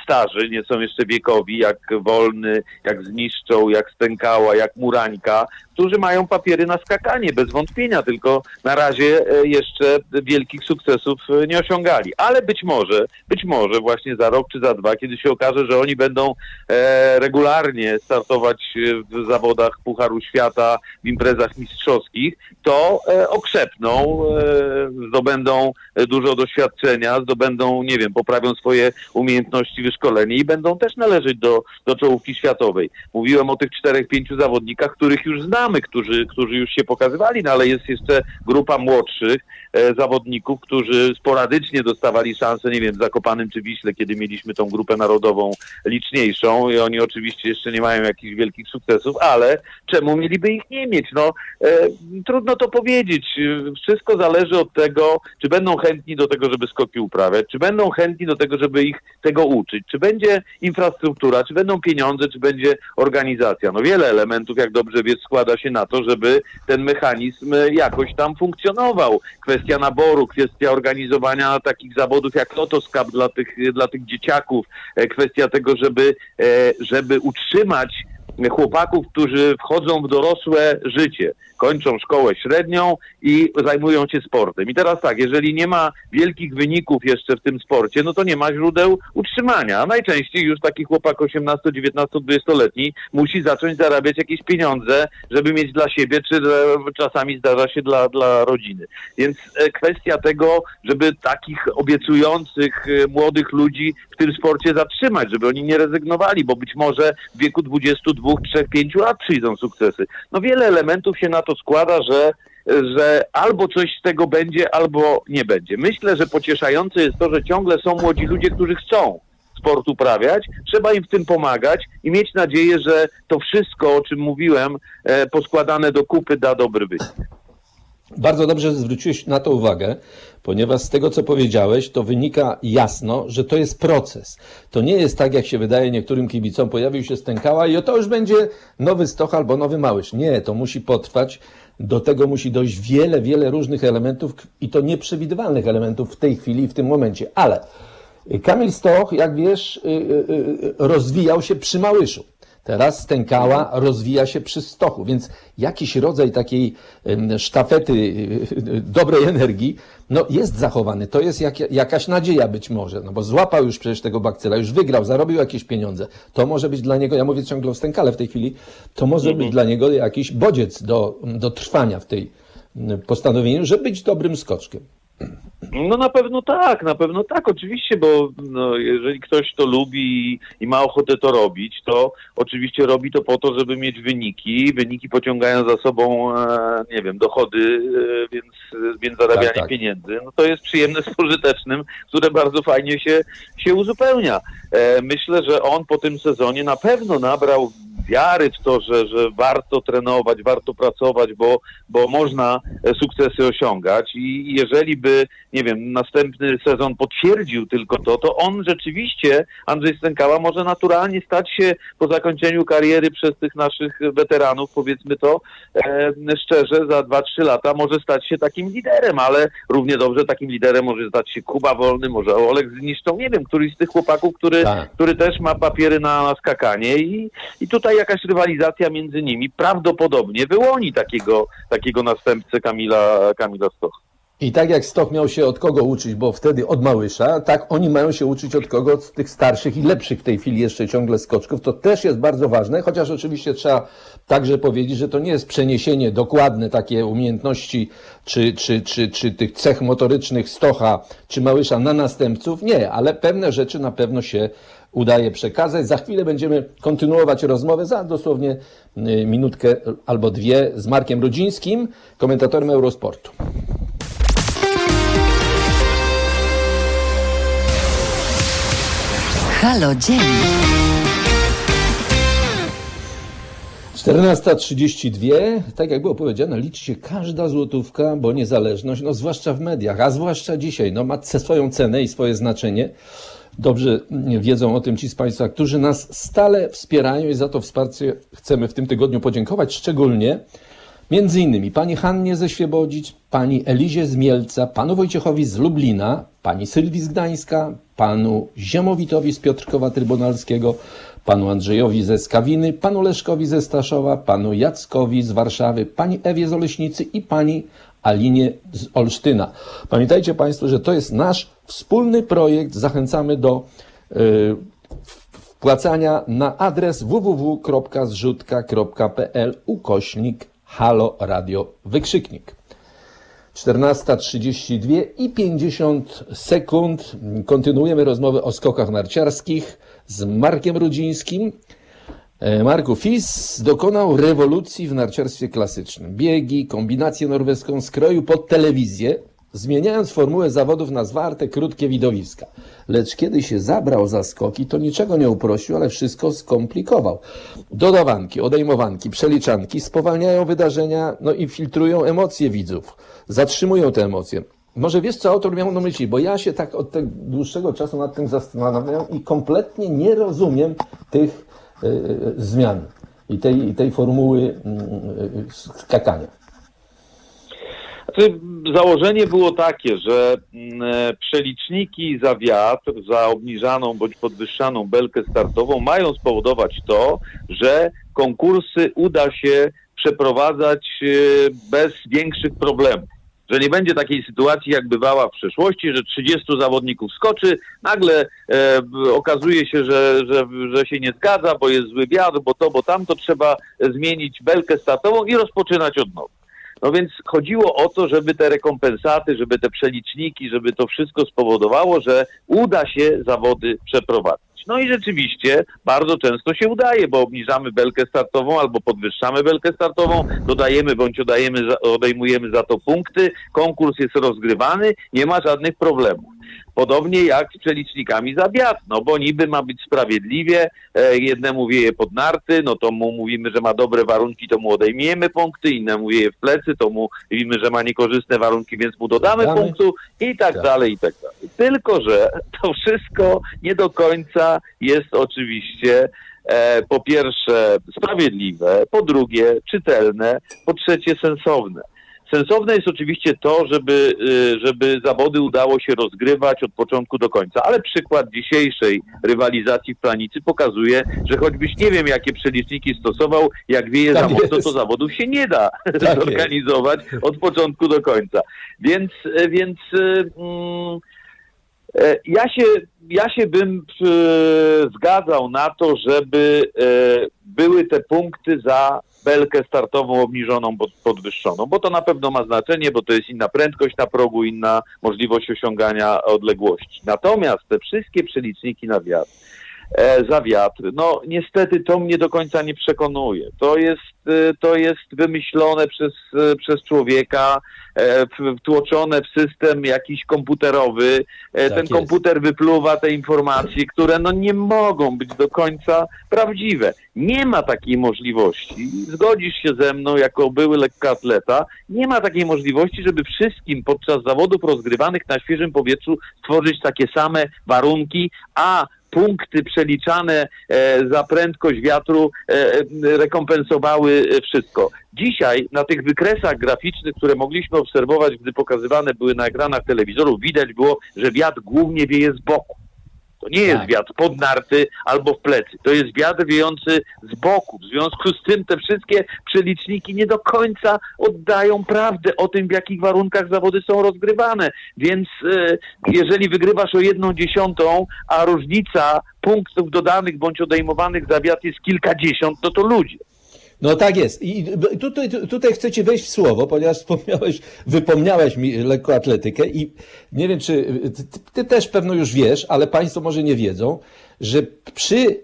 starzy, nie są jeszcze wiekowi, jak Wolny, jak Zniszczą, jak Stękała, jak Murańka, którzy mają papiery na skakanie, bez wątpienia, tylko na razie jeszcze wielkich sukcesów nie osiągali. Ale być może, być może właśnie za rok czy za dwa, kiedy się okaże, że oni będą e, regularnie startować w zawodach Pucharu Świata, w imprezach mistrzowskich, to e, okrzepną, e, zdobędą dużo doświadczenia, zdobędą, nie wiem, poprawią swoje umiejętności, wyszkolenie i będą też należeć do, do czołówki światowej. Mówiłem o tych czterech, pięciu zawodnikach, których już znamy, którzy, którzy już się pokazywali, no ale jest jeszcze grupa młodszych e, zawodników, którzy sporadycznie dostawali szansę, nie wiem, w Zakopanem czy Wiśle, kiedy mieliśmy tą grupę narodową liczniejszą i oni oczywiście jeszcze nie mają jakichś wielkich sukcesów, ale czemu mieliby ich nie mieć? No, e, trudno to powiedzieć. Wszystko zależy od tego, czy będą chętni do tego, żeby skoki uprawiać, czy będą chętni do tego, żeby ich tego uczyć, czy będzie infrastruktura, czy będą pieniądze, czy będzie organizacja. No wiele elementów, jak dobrze wiesz, składa się na to, żeby ten mechanizm jakoś tam funkcjonował. Kwestia naboru, kwestia organizowania takich zawodów jak Lotos Cup dla tych, dla tych dzieciaków, kwestia tego, żeby, żeby utrzymać chłopaków, którzy wchodzą w dorosłe życie, kończą szkołę średnią i zajmują się sportem. I teraz tak, jeżeli nie ma wielkich wyników jeszcze w tym sporcie, no to nie ma źródeł utrzymania. A najczęściej już taki chłopak osiemnasto, dziewiętnasto, dwudziestoletni musi zacząć zarabiać jakieś pieniądze, żeby mieć dla siebie, czy czasami zdarza się dla, dla rodziny. Więc kwestia tego, żeby takich obiecujących młodych ludzi w tym sporcie zatrzymać, żeby oni nie rezygnowali, bo być może w wieku dwudziestu dwóch, trzech, pięciu lat przyjdą sukcesy. No wiele elementów się na to składa, że, że albo coś z tego będzie, albo nie będzie. Myślę, że pocieszające jest to, że ciągle są młodzi ludzie, którzy chcą sport uprawiać. Trzeba im w tym pomagać i mieć nadzieję, że to wszystko, o czym mówiłem, e, poskładane do kupy da dobry wynik. Bardzo dobrze, że zwróciłeś na to uwagę, ponieważ z tego, co powiedziałeś, to wynika jasno, że to jest proces. To nie jest tak, jak się wydaje niektórym kibicom, pojawił się Stękała i to już będzie nowy Stoch albo nowy Małysz. Nie, to musi potrwać. Do tego musi dojść wiele, wiele różnych elementów i to nieprzewidywalnych elementów w tej chwili, w tym momencie. Ale Kamil Stoch, jak wiesz, rozwijał się przy Małyszu. Teraz Stękała rozwija się przy Stochu, więc jakiś rodzaj takiej sztafety dobrej energii no jest zachowany. To jest jak, jakaś nadzieja być może, no bo złapał już przecież tego bakcyla, już wygrał, zarobił jakieś pieniądze. To może być dla niego, ja mówię ciągle o Stękale w tej chwili, to może mhm. być dla niego jakiś bodziec do, do trwania w tej postanowieniu, żeby być dobrym skoczkiem. No na pewno tak, na pewno tak, oczywiście, bo no, jeżeli ktoś to lubi i, i ma ochotę to robić, to oczywiście robi to po to, żeby mieć wyniki. Wyniki pociągają za sobą, e, nie wiem, dochody, e, więc, więc zarabianie tak, tak. pieniędzy. No to jest przyjemne z pożytecznym, które bardzo fajnie się, się uzupełnia. E, myślę, że on po tym sezonie na pewno nabrał wiary w to, że, że warto trenować, warto pracować, bo, bo można sukcesy osiągać i jeżeli by, nie wiem, następny sezon potwierdził tylko to, to on rzeczywiście, Andrzej Stękała, może naturalnie stać się po zakończeniu kariery przez tych naszych weteranów, powiedzmy to e, szczerze, za dwa trzy lata może stać się takim liderem, ale równie dobrze takim liderem może stać się Kuba Wolny, może Oleg Zniszczą, nie wiem, któryś z tych chłopaków, który, tak. który też ma papiery na, na skakanie i, i tutaj jakaś rywalizacja między nimi prawdopodobnie wyłoni takiego, takiego następcę Kamila, Kamila Stocha. I tak jak Stoch miał się od kogo uczyć, bo wtedy od Małysza, tak oni mają się uczyć od kogo? Od tych starszych i lepszych w tej chwili jeszcze ciągle skoczków. To też jest bardzo ważne, chociaż oczywiście trzeba także powiedzieć, że to nie jest przeniesienie dokładne takie umiejętności czy, czy, czy, czy tych cech motorycznych Stocha czy Małysza na następców. Nie, ale pewne rzeczy na pewno się udaje przekazać. Za chwilę będziemy kontynuować rozmowę, za dosłownie minutkę albo dwie z Markiem Rudzińskim, komentatorem Eurosportu. Halo Dzień. czternasta trzydzieści dwa, tak jak było powiedziane, liczy się każda złotówka, bo niezależność, no zwłaszcza w mediach, a zwłaszcza dzisiaj, no ma swoją cenę i swoje znaczenie. Dobrze wiedzą o tym ci z Państwa, którzy nas stale wspierają i za to wsparcie chcemy w tym tygodniu podziękować. Szczególnie Między innymi pani Hannie ze Świebodzic, pani Elizie z Mielca, panu Wojciechowi z Lublina, pani Sylwii z Gdańska, panu Ziemowitowi z Piotrkowa Trybunalskiego, panu Andrzejowi ze Skawiny, panu Leszkowi ze Staszowa, panu Jackowi z Warszawy, pani Ewie z Oleśnicy i pani Alinie z Olsztyna. Pamiętajcie państwo, że to jest nasz wspólny projekt. Zachęcamy do yy, wpłacania na adres w w w kropka zrzutka kropka p l ukośnik Halo Radio wykrzyknik. czternasta trzydzieści dwa i pięćdziesiąt sekund. Kontynuujemy rozmowę o skokach narciarskich z Markiem Rudzińskim. Marku, F I S dokonał rewolucji w narciarstwie klasycznym. Biegi, kombinację norweską skroju pod telewizję, zmieniając formułę zawodów na zwarte, krótkie widowiska. Lecz kiedy się zabrał za skoki, to niczego nie uprościł, ale wszystko skomplikował. Dodawanki, odejmowanki, przeliczanki spowalniają wydarzenia, no i filtrują emocje widzów. Zatrzymują te emocje. Może wiesz, co autor miał na myśli, bo ja się tak od tego dłuższego czasu nad tym zastanawiam i kompletnie nie rozumiem tych y, y, zmian i tej, i tej formuły y, y, skakania. Znaczy, założenie było takie, że mm, przeliczniki za wiatr, za obniżaną bądź podwyższaną belkę startową mają spowodować to, że konkursy uda się przeprowadzać y, bez większych problemów. Że nie będzie takiej sytuacji, jak bywała w przeszłości, że trzydziestu zawodników skoczy, nagle e, okazuje się, że, że, że się nie zgadza, bo jest zły wiatr, bo to, bo tamto, trzeba zmienić belkę startową i rozpoczynać od nowa. No więc chodziło o to, żeby te rekompensaty, żeby te przeliczniki, żeby to wszystko spowodowało, że uda się zawody przeprowadzić. No i rzeczywiście bardzo często się udaje, bo obniżamy belkę startową albo podwyższamy belkę startową, dodajemy bądź odajemy, odejmujemy za to punkty, konkurs jest rozgrywany, nie ma żadnych problemów. Podobnie jak z przelicznikami za wiatr, no bo niby ma być sprawiedliwie, e, jednemu wieje pod narty, no to mu mówimy, że ma dobre warunki, to mu odejmiemy punkty, innemu wieje w plecy, to mu mówimy, że ma niekorzystne warunki, więc mu dodamy Damy. punktu i tak, tak dalej, i tak dalej. Tylko że to wszystko nie do końca jest oczywiście e, po pierwsze sprawiedliwe, po drugie czytelne, po trzecie sensowne. Sensowne jest oczywiście to, żeby, żeby zawody udało się rozgrywać od początku do końca, ale przykład dzisiejszej rywalizacji w Planicy pokazuje, że choćbyś nie wiem, jakie przeliczniki stosował, jak wieje tak za mocno, to zawodów się nie da tak zorganizować jest. Od początku do końca. Więc, więc mm, ja się, ja się bym e, zgadzał na to, żeby e, były te punkty za belkę startową obniżoną, podwyższoną, bo to na pewno ma znaczenie, bo to jest inna prędkość na progu, inna możliwość osiągania odległości. Natomiast te wszystkie przeliczniki na wiatr, e, za wiatr, no niestety to mnie do końca nie przekonuje. To jest, e, to jest wymyślone przez, e, przez człowieka, e, wtłoczone w system jakiś komputerowy. E, tak ten komputer jest. Wypluwa te informacje, które no nie mogą być do końca prawdziwe. Nie ma takiej możliwości, zgodzisz się ze mną jako były lekkoatleta, nie ma takiej możliwości, żeby wszystkim podczas zawodów rozgrywanych na świeżym powietrzu stworzyć takie same warunki, a punkty przeliczane e, za prędkość wiatru e, rekompensowały wszystko. Dzisiaj na tych wykresach graficznych, które mogliśmy obserwować, gdy pokazywane były na ekranach telewizorów, widać było, że wiatr głównie wieje z boku. To nie jest tak. wiatr pod narty albo w plecy. To jest wiatr wiejący z boku. W związku z tym te wszystkie przeliczniki nie do końca oddają prawdę o tym, w jakich warunkach zawody są rozgrywane. Więc e, jeżeli wygrywasz o jedną dziesiątą, a różnica punktów dodanych bądź odejmowanych za wiatr jest kilkadziesiąt, to to ludzie. No tak jest. I tutaj, tutaj chcę ci wejść w słowo, ponieważ wspomniałeś, wypomniałeś mi lekkoatletykę i nie wiem, czy ty, ty też pewno już wiesz, ale państwo może nie wiedzą, że przy y,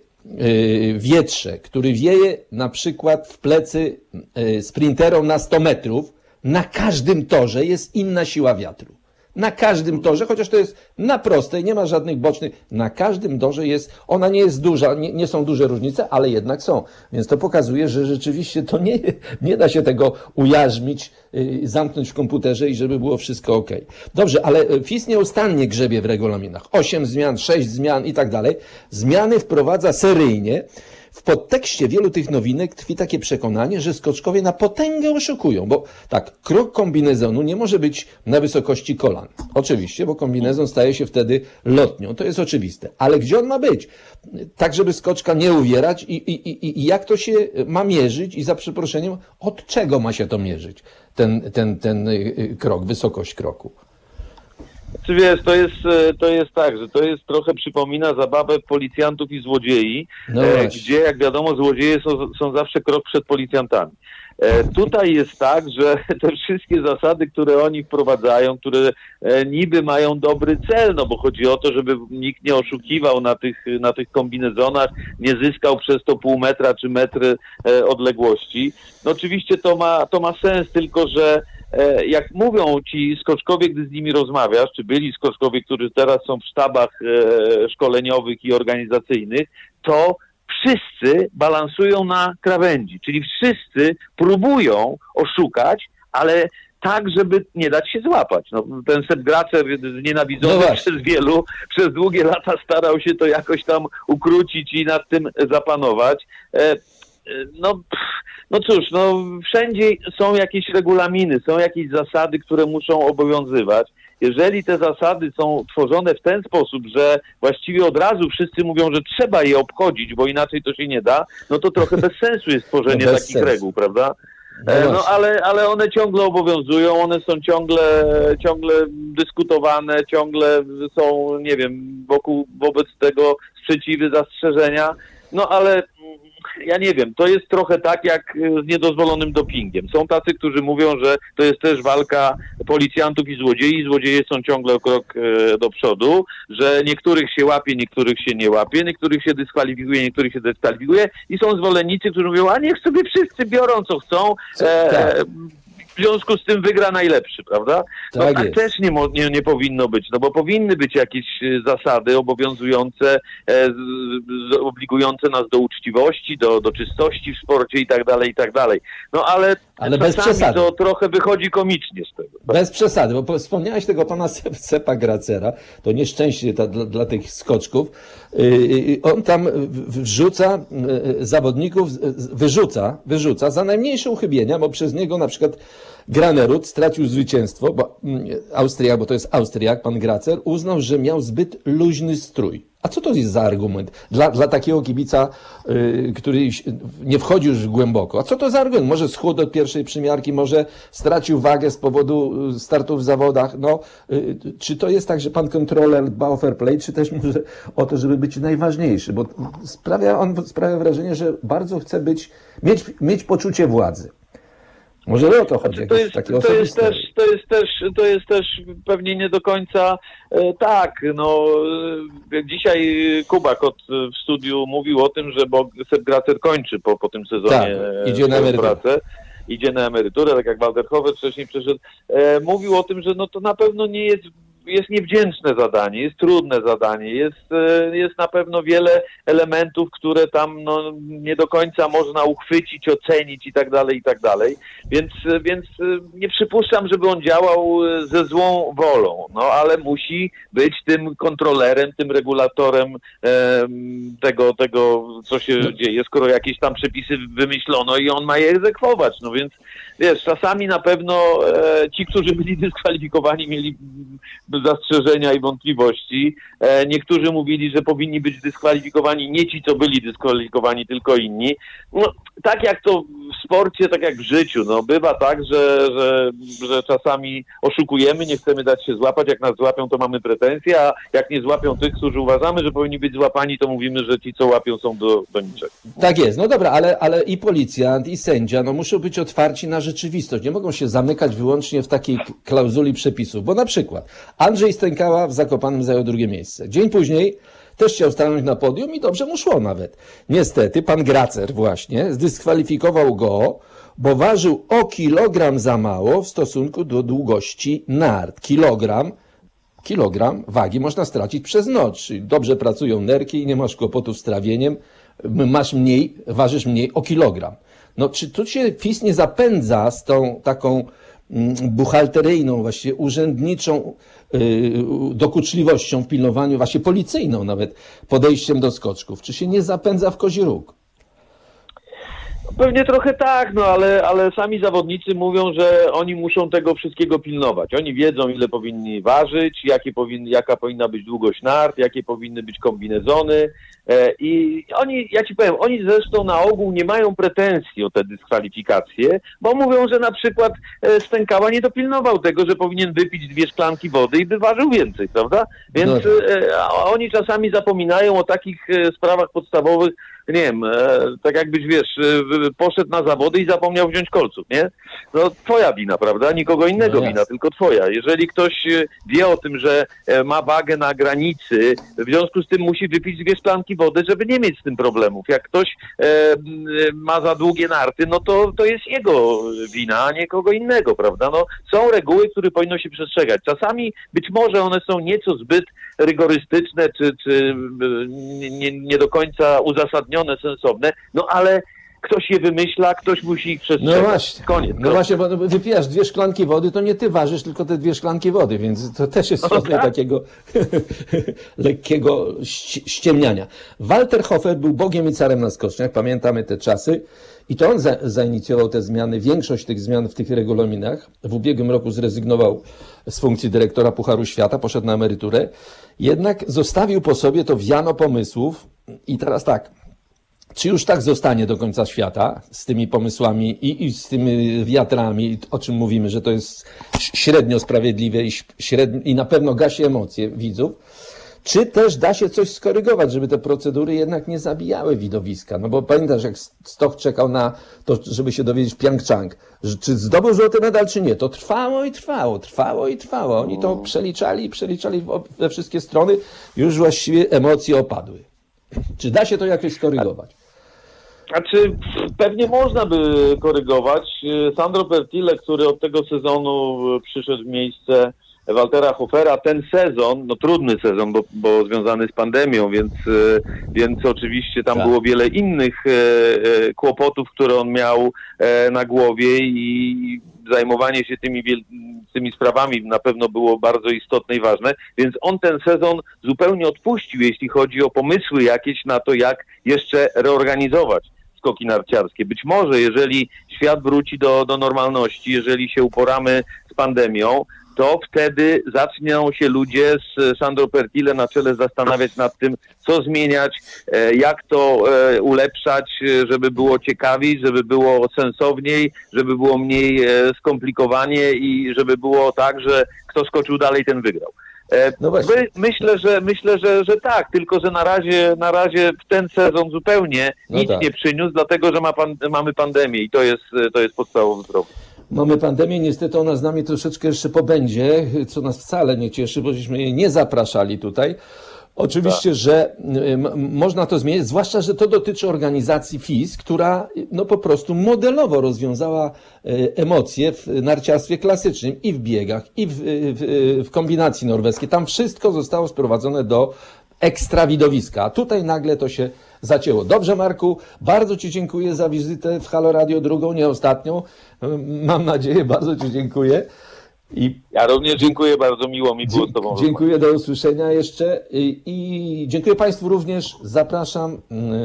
wietrze, który wieje na przykład w plecy y, sprinterom na sto metrów, na każdym torze jest inna siła wiatru. Na każdym torze, chociaż to jest na prostej, nie ma żadnych bocznych, na każdym torze jest, ona nie jest duża, nie, nie są duże różnice, ale jednak są. Więc to pokazuje, że rzeczywiście to nie, nie da się tego ujarzmić, yy, zamknąć w komputerze i żeby było wszystko ok. Dobrze, ale F I S nieustannie grzebie w regulaminach. Osiem zmian, sześć zmian i tak dalej. Zmiany wprowadza seryjnie. w podtekście wielu tych nowinek tkwi takie przekonanie, że skoczkowie na potęgę oszukują, bo tak, krok kombinezonu nie może być na wysokości kolan. Oczywiście, bo kombinezon staje się wtedy lotnią, to jest oczywiste. Ale gdzie on ma być? Tak, żeby skoczka nie uwierać i, i, i, i jak to się ma mierzyć i za przeproszeniem, od czego ma się to mierzyć, ten, ten, ten krok, wysokość kroku? Czy wiesz, to jest, to jest tak, że to jest trochę przypomina zabawę policjantów i złodziei, no e, gdzie jak wiadomo złodzieje są, są zawsze krok przed policjantami. E, tutaj jest tak, że te wszystkie zasady, które oni wprowadzają, które e, niby mają dobry cel, no bo chodzi o to, żeby nikt nie oszukiwał na tych, na tych kombinezonach, nie zyskał przez to pół metra czy metry e, odległości. No oczywiście to ma, to ma sens, tylko że jak mówią ci skoczkowie, gdy z nimi rozmawiasz, czy byli skoczkowie, którzy teraz są w sztabach e, szkoleniowych i organizacyjnych, to wszyscy balansują na krawędzi, czyli wszyscy próbują oszukać, ale tak, żeby nie dać się złapać. No, ten Sepp Grazer, znienawidzony no przez wielu, przez długie lata starał się to jakoś tam ukrócić i nad tym zapanować. E, No, no cóż, no wszędzie są jakieś regulaminy, są jakieś zasady, które muszą obowiązywać. Jeżeli te zasady są tworzone w ten sposób, że właściwie od razu wszyscy mówią, że trzeba je obchodzić, bo inaczej to się nie da, no to trochę bez sensu jest tworzenie no takich sensu. reguł, prawda? No, no ale, ale one ciągle obowiązują, one są ciągle, ciągle dyskutowane, ciągle są, nie wiem, wokół, wobec tego sprzeciwy, zastrzeżenia, no ale ja nie wiem, to jest trochę tak jak z niedozwolonym dopingiem. Są tacy, którzy mówią, że to jest też walka policjantów i złodziei. Złodzieje są ciągle o krok e, do przodu, że niektórych się łapie, niektórych się nie łapie, niektórych się dyskwalifikuje, niektórych się dyskwalifikuje i są zwolennicy, którzy mówią, a niech sobie wszyscy biorą co chcą, e, w związku z tym wygra najlepszy, prawda? No tak tak jest. też nie, nie, nie powinno być, no bo powinny być jakieś zasady obowiązujące, e, z, z, obligujące nas do uczciwości, do, do czystości w sporcie i tak dalej, i tak dalej. No ale, ale bez czasami przesady. to trochę wychodzi komicznie z tego. Bez przesady, bo wspomniałeś tego pana Seppa Grazera, to nieszczęście ta, dla, dla tych skoczków. Yy, on tam wrzuca yy, zawodników, wyrzuca, wyrzuca za najmniejsze uchybienia, bo przez niego na przykład Granerud stracił zwycięstwo, bo yy, Austriak, bo to jest Austriak, pan Grazer, uznał, że miał zbyt luźny strój. A co to jest za argument dla, dla takiego kibica, yy, który nie wchodzi już głęboko? A co to za argument? Może schudł od pierwszej przymiarki, może stracił wagę z powodu startów w zawodach. No, yy, czy to jest tak, że pan kontroler dba o fair play, czy też może o to, żeby być najważniejszy? Bo sprawia on sprawia wrażenie, że bardzo chce być, mieć, mieć poczucie władzy. Może o to chodzi, to jest, takie to jest osobiste. też, to jest też, to jest też pewnie nie do końca e, tak, no e, dzisiaj Kubak od, w studiu mówił o tym, że bo Sepp Grazer kończy po, po tym sezonie Tak, idzie na emeryturę. pracę, idzie na emeryturę, tak jak Walter Howe wcześniej przeszedł, e, mówił o tym, że no to na pewno nie jest jest niewdzięczne zadanie, jest trudne zadanie, jest, jest na pewno wiele elementów, które tam no, nie do końca można uchwycić, ocenić i tak dalej, i tak dalej. Więc, więc nie przypuszczam, żeby on działał ze złą wolą, no ale musi być tym kontrolerem, tym regulatorem e, tego, tego, co się no. dzieje, skoro jakieś tam przepisy wymyślono i on ma je egzekwować. No więc wiesz, czasami na pewno e, ci, którzy byli dyskwalifikowani, mieli zastrzeżenia i wątpliwości. E, niektórzy mówili, że powinni być dyskwalifikowani nie ci, co byli dyskwalifikowani, tylko inni. No, tak jak to w sporcie, tak jak w życiu. No, bywa tak, że, że, że czasami oszukujemy, nie chcemy dać się złapać. Jak nas złapią, to mamy pretensje, a jak nie złapią tych, którzy uważamy, że powinni być złapani, to mówimy, że ci, co łapią, są do, do niczego. Tak jest. No dobra, ale, ale i policjant, i sędzia no, muszą być otwarci na rzeczywistość. Nie mogą się zamykać wyłącznie w takiej klauzuli przepisów, bo na przykład Andrzej Stękała w Zakopanem zajął drugie miejsce. Dzień później też chciał stanąć na podium i dobrze mu szło nawet. Niestety pan Grazer właśnie zdyskwalifikował go, bo ważył o kilogram za mało w stosunku do długości nart. Kilogram, kilogram wagi można stracić przez noc. Czyli dobrze pracują nerki i nie masz kłopotów z trawieniem, masz mniej, ważysz mniej o kilogram. No czy tu się F I S nie zapędza z tą taką buchalteryjną, właściwie urzędniczą yy, dokuczliwością w pilnowaniu, właśnie policyjną nawet, podejściem do skoczków? Czy się nie zapędza w kozi róg? Pewnie trochę tak, no ale, ale sami zawodnicy mówią, że oni muszą tego wszystkiego pilnować. Oni wiedzą, ile powinni ważyć, jakie powin, jaka powinna być długość nart, jakie powinny być kombinezony e, i oni, ja ci powiem, oni zresztą na ogół nie mają pretensji o te dyskwalifikacje, bo mówią, że na przykład e, Stękała nie dopilnował tego, że powinien wypić dwie szklanki wody i by ważył więcej, prawda? Więc no. e, a oni czasami zapominają o takich e, sprawach podstawowych, nie wiem, e, tak jakbyś, wiesz, e, poszedł na zawody i zapomniał wziąć kolców, nie? No twoja wina, prawda? Nikogo innego no wina, tylko twoja. Jeżeli ktoś e, wie o tym, że e, ma wagę na granicy, w związku z tym musi wypić dwie szklanki wody, żeby nie mieć z tym problemów. Jak ktoś e, ma za długie narty, no to, to jest jego wina, a nie kogo innego, prawda? No są reguły, które powinno się przestrzegać. Czasami być może one są nieco zbyt rygorystyczne, czy, czy nie, nie do końca uzasadnione, sensowne, no ale ktoś je wymyśla, ktoś musi ich przestrzegać. No właśnie, Koniec. no właśnie, bo wypijasz dwie szklanki wody, to nie ty ważysz, tylko te dwie szklanki wody, więc to też jest rodzaj tak? takiego lekkiego ściemniania. Walter Hofer był bogiem i carem na skoczniach, pamiętamy te czasy i to on za, zainicjował te zmiany, większość tych zmian w tych regulaminach. W ubiegłym roku zrezygnował z funkcji dyrektora Pucharu Świata, poszedł na emeryturę, jednak zostawił po sobie to wiano pomysłów i teraz tak, czy już tak zostanie do końca świata z tymi pomysłami i, i z tymi wiatrami, o czym mówimy, że to jest średnio sprawiedliwe i, średnio, i na pewno gasi emocje widzów, czy też da się coś skorygować, żeby te procedury jednak nie zabijały widowiska? No bo pamiętasz, jak Stoch czekał na to, żeby się dowiedzieć Pjongczang, czy zdobył złoty medal, czy nie. To trwało i trwało, trwało i trwało. Oni to przeliczali i przeliczali we wszystkie strony. Już właściwie emocje opadły. Czy da się to jakoś skorygować? Znaczy, pewnie można by korygować. Sandro Pertile, który od tego sezonu przyszedł w miejsce Waltera Hofera, ten sezon, no trudny sezon, bo, bo związany z pandemią, więc, więc oczywiście tam tak. było wiele innych e, kłopotów, które on miał e, na głowie i zajmowanie się tymi, tymi sprawami na pewno było bardzo istotne i ważne, więc on ten sezon zupełnie odpuścił, jeśli chodzi o pomysły jakieś na to, jak jeszcze reorganizować skoki narciarskie. Być może, jeżeli świat wróci do, do normalności, jeżeli się uporamy z pandemią, to wtedy zaczną się ludzie z Sandro Pertile na czele zastanawiać nad tym, co zmieniać, jak to ulepszać, żeby było ciekawiej, żeby było sensowniej, żeby było mniej skomplikowanie i żeby było tak, że kto skoczył dalej, ten wygrał. No My, myślę, że myślę, że, że tak, tylko że na razie, na razie w ten sezon zupełnie no nic tak. nie przyniósł, dlatego że ma pan, mamy pandemię i to jest, to jest podstawowy problem. Mamy pandemię, niestety ona z nami troszeczkę jeszcze pobędzie, co nas wcale nie cieszy, bo żeśmy jej nie zapraszali tutaj. Oczywiście, tak. że m- można to zmienić, zwłaszcza, że to dotyczy organizacji F I S, która no po prostu modelowo rozwiązała e, emocje w narciarstwie klasycznym i w biegach, i w, w, w kombinacji norweskiej. Tam wszystko zostało sprowadzone do ekstra widowiska, a tutaj nagle to się zacięło. Dobrze, Marku, bardzo Ci dziękuję za wizytę w Halo Radio, drugą, nie ostatnią. Mam nadzieję, bardzo Ci dziękuję. I ja również dziękuję, bardzo miło mi było z Tobą. Dziękuję, do usłyszenia jeszcze i, i dziękuję Państwu również. Zapraszam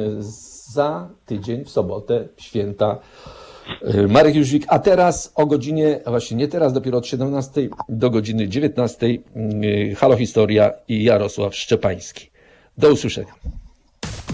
za tydzień w sobotę, święta. Marek Jóźwik, a teraz o godzinie, a właśnie nie teraz, dopiero od siedemnastej do godziny dziewiętnastej Halo Historia i Jarosław Szczepański. Do usłyszenia.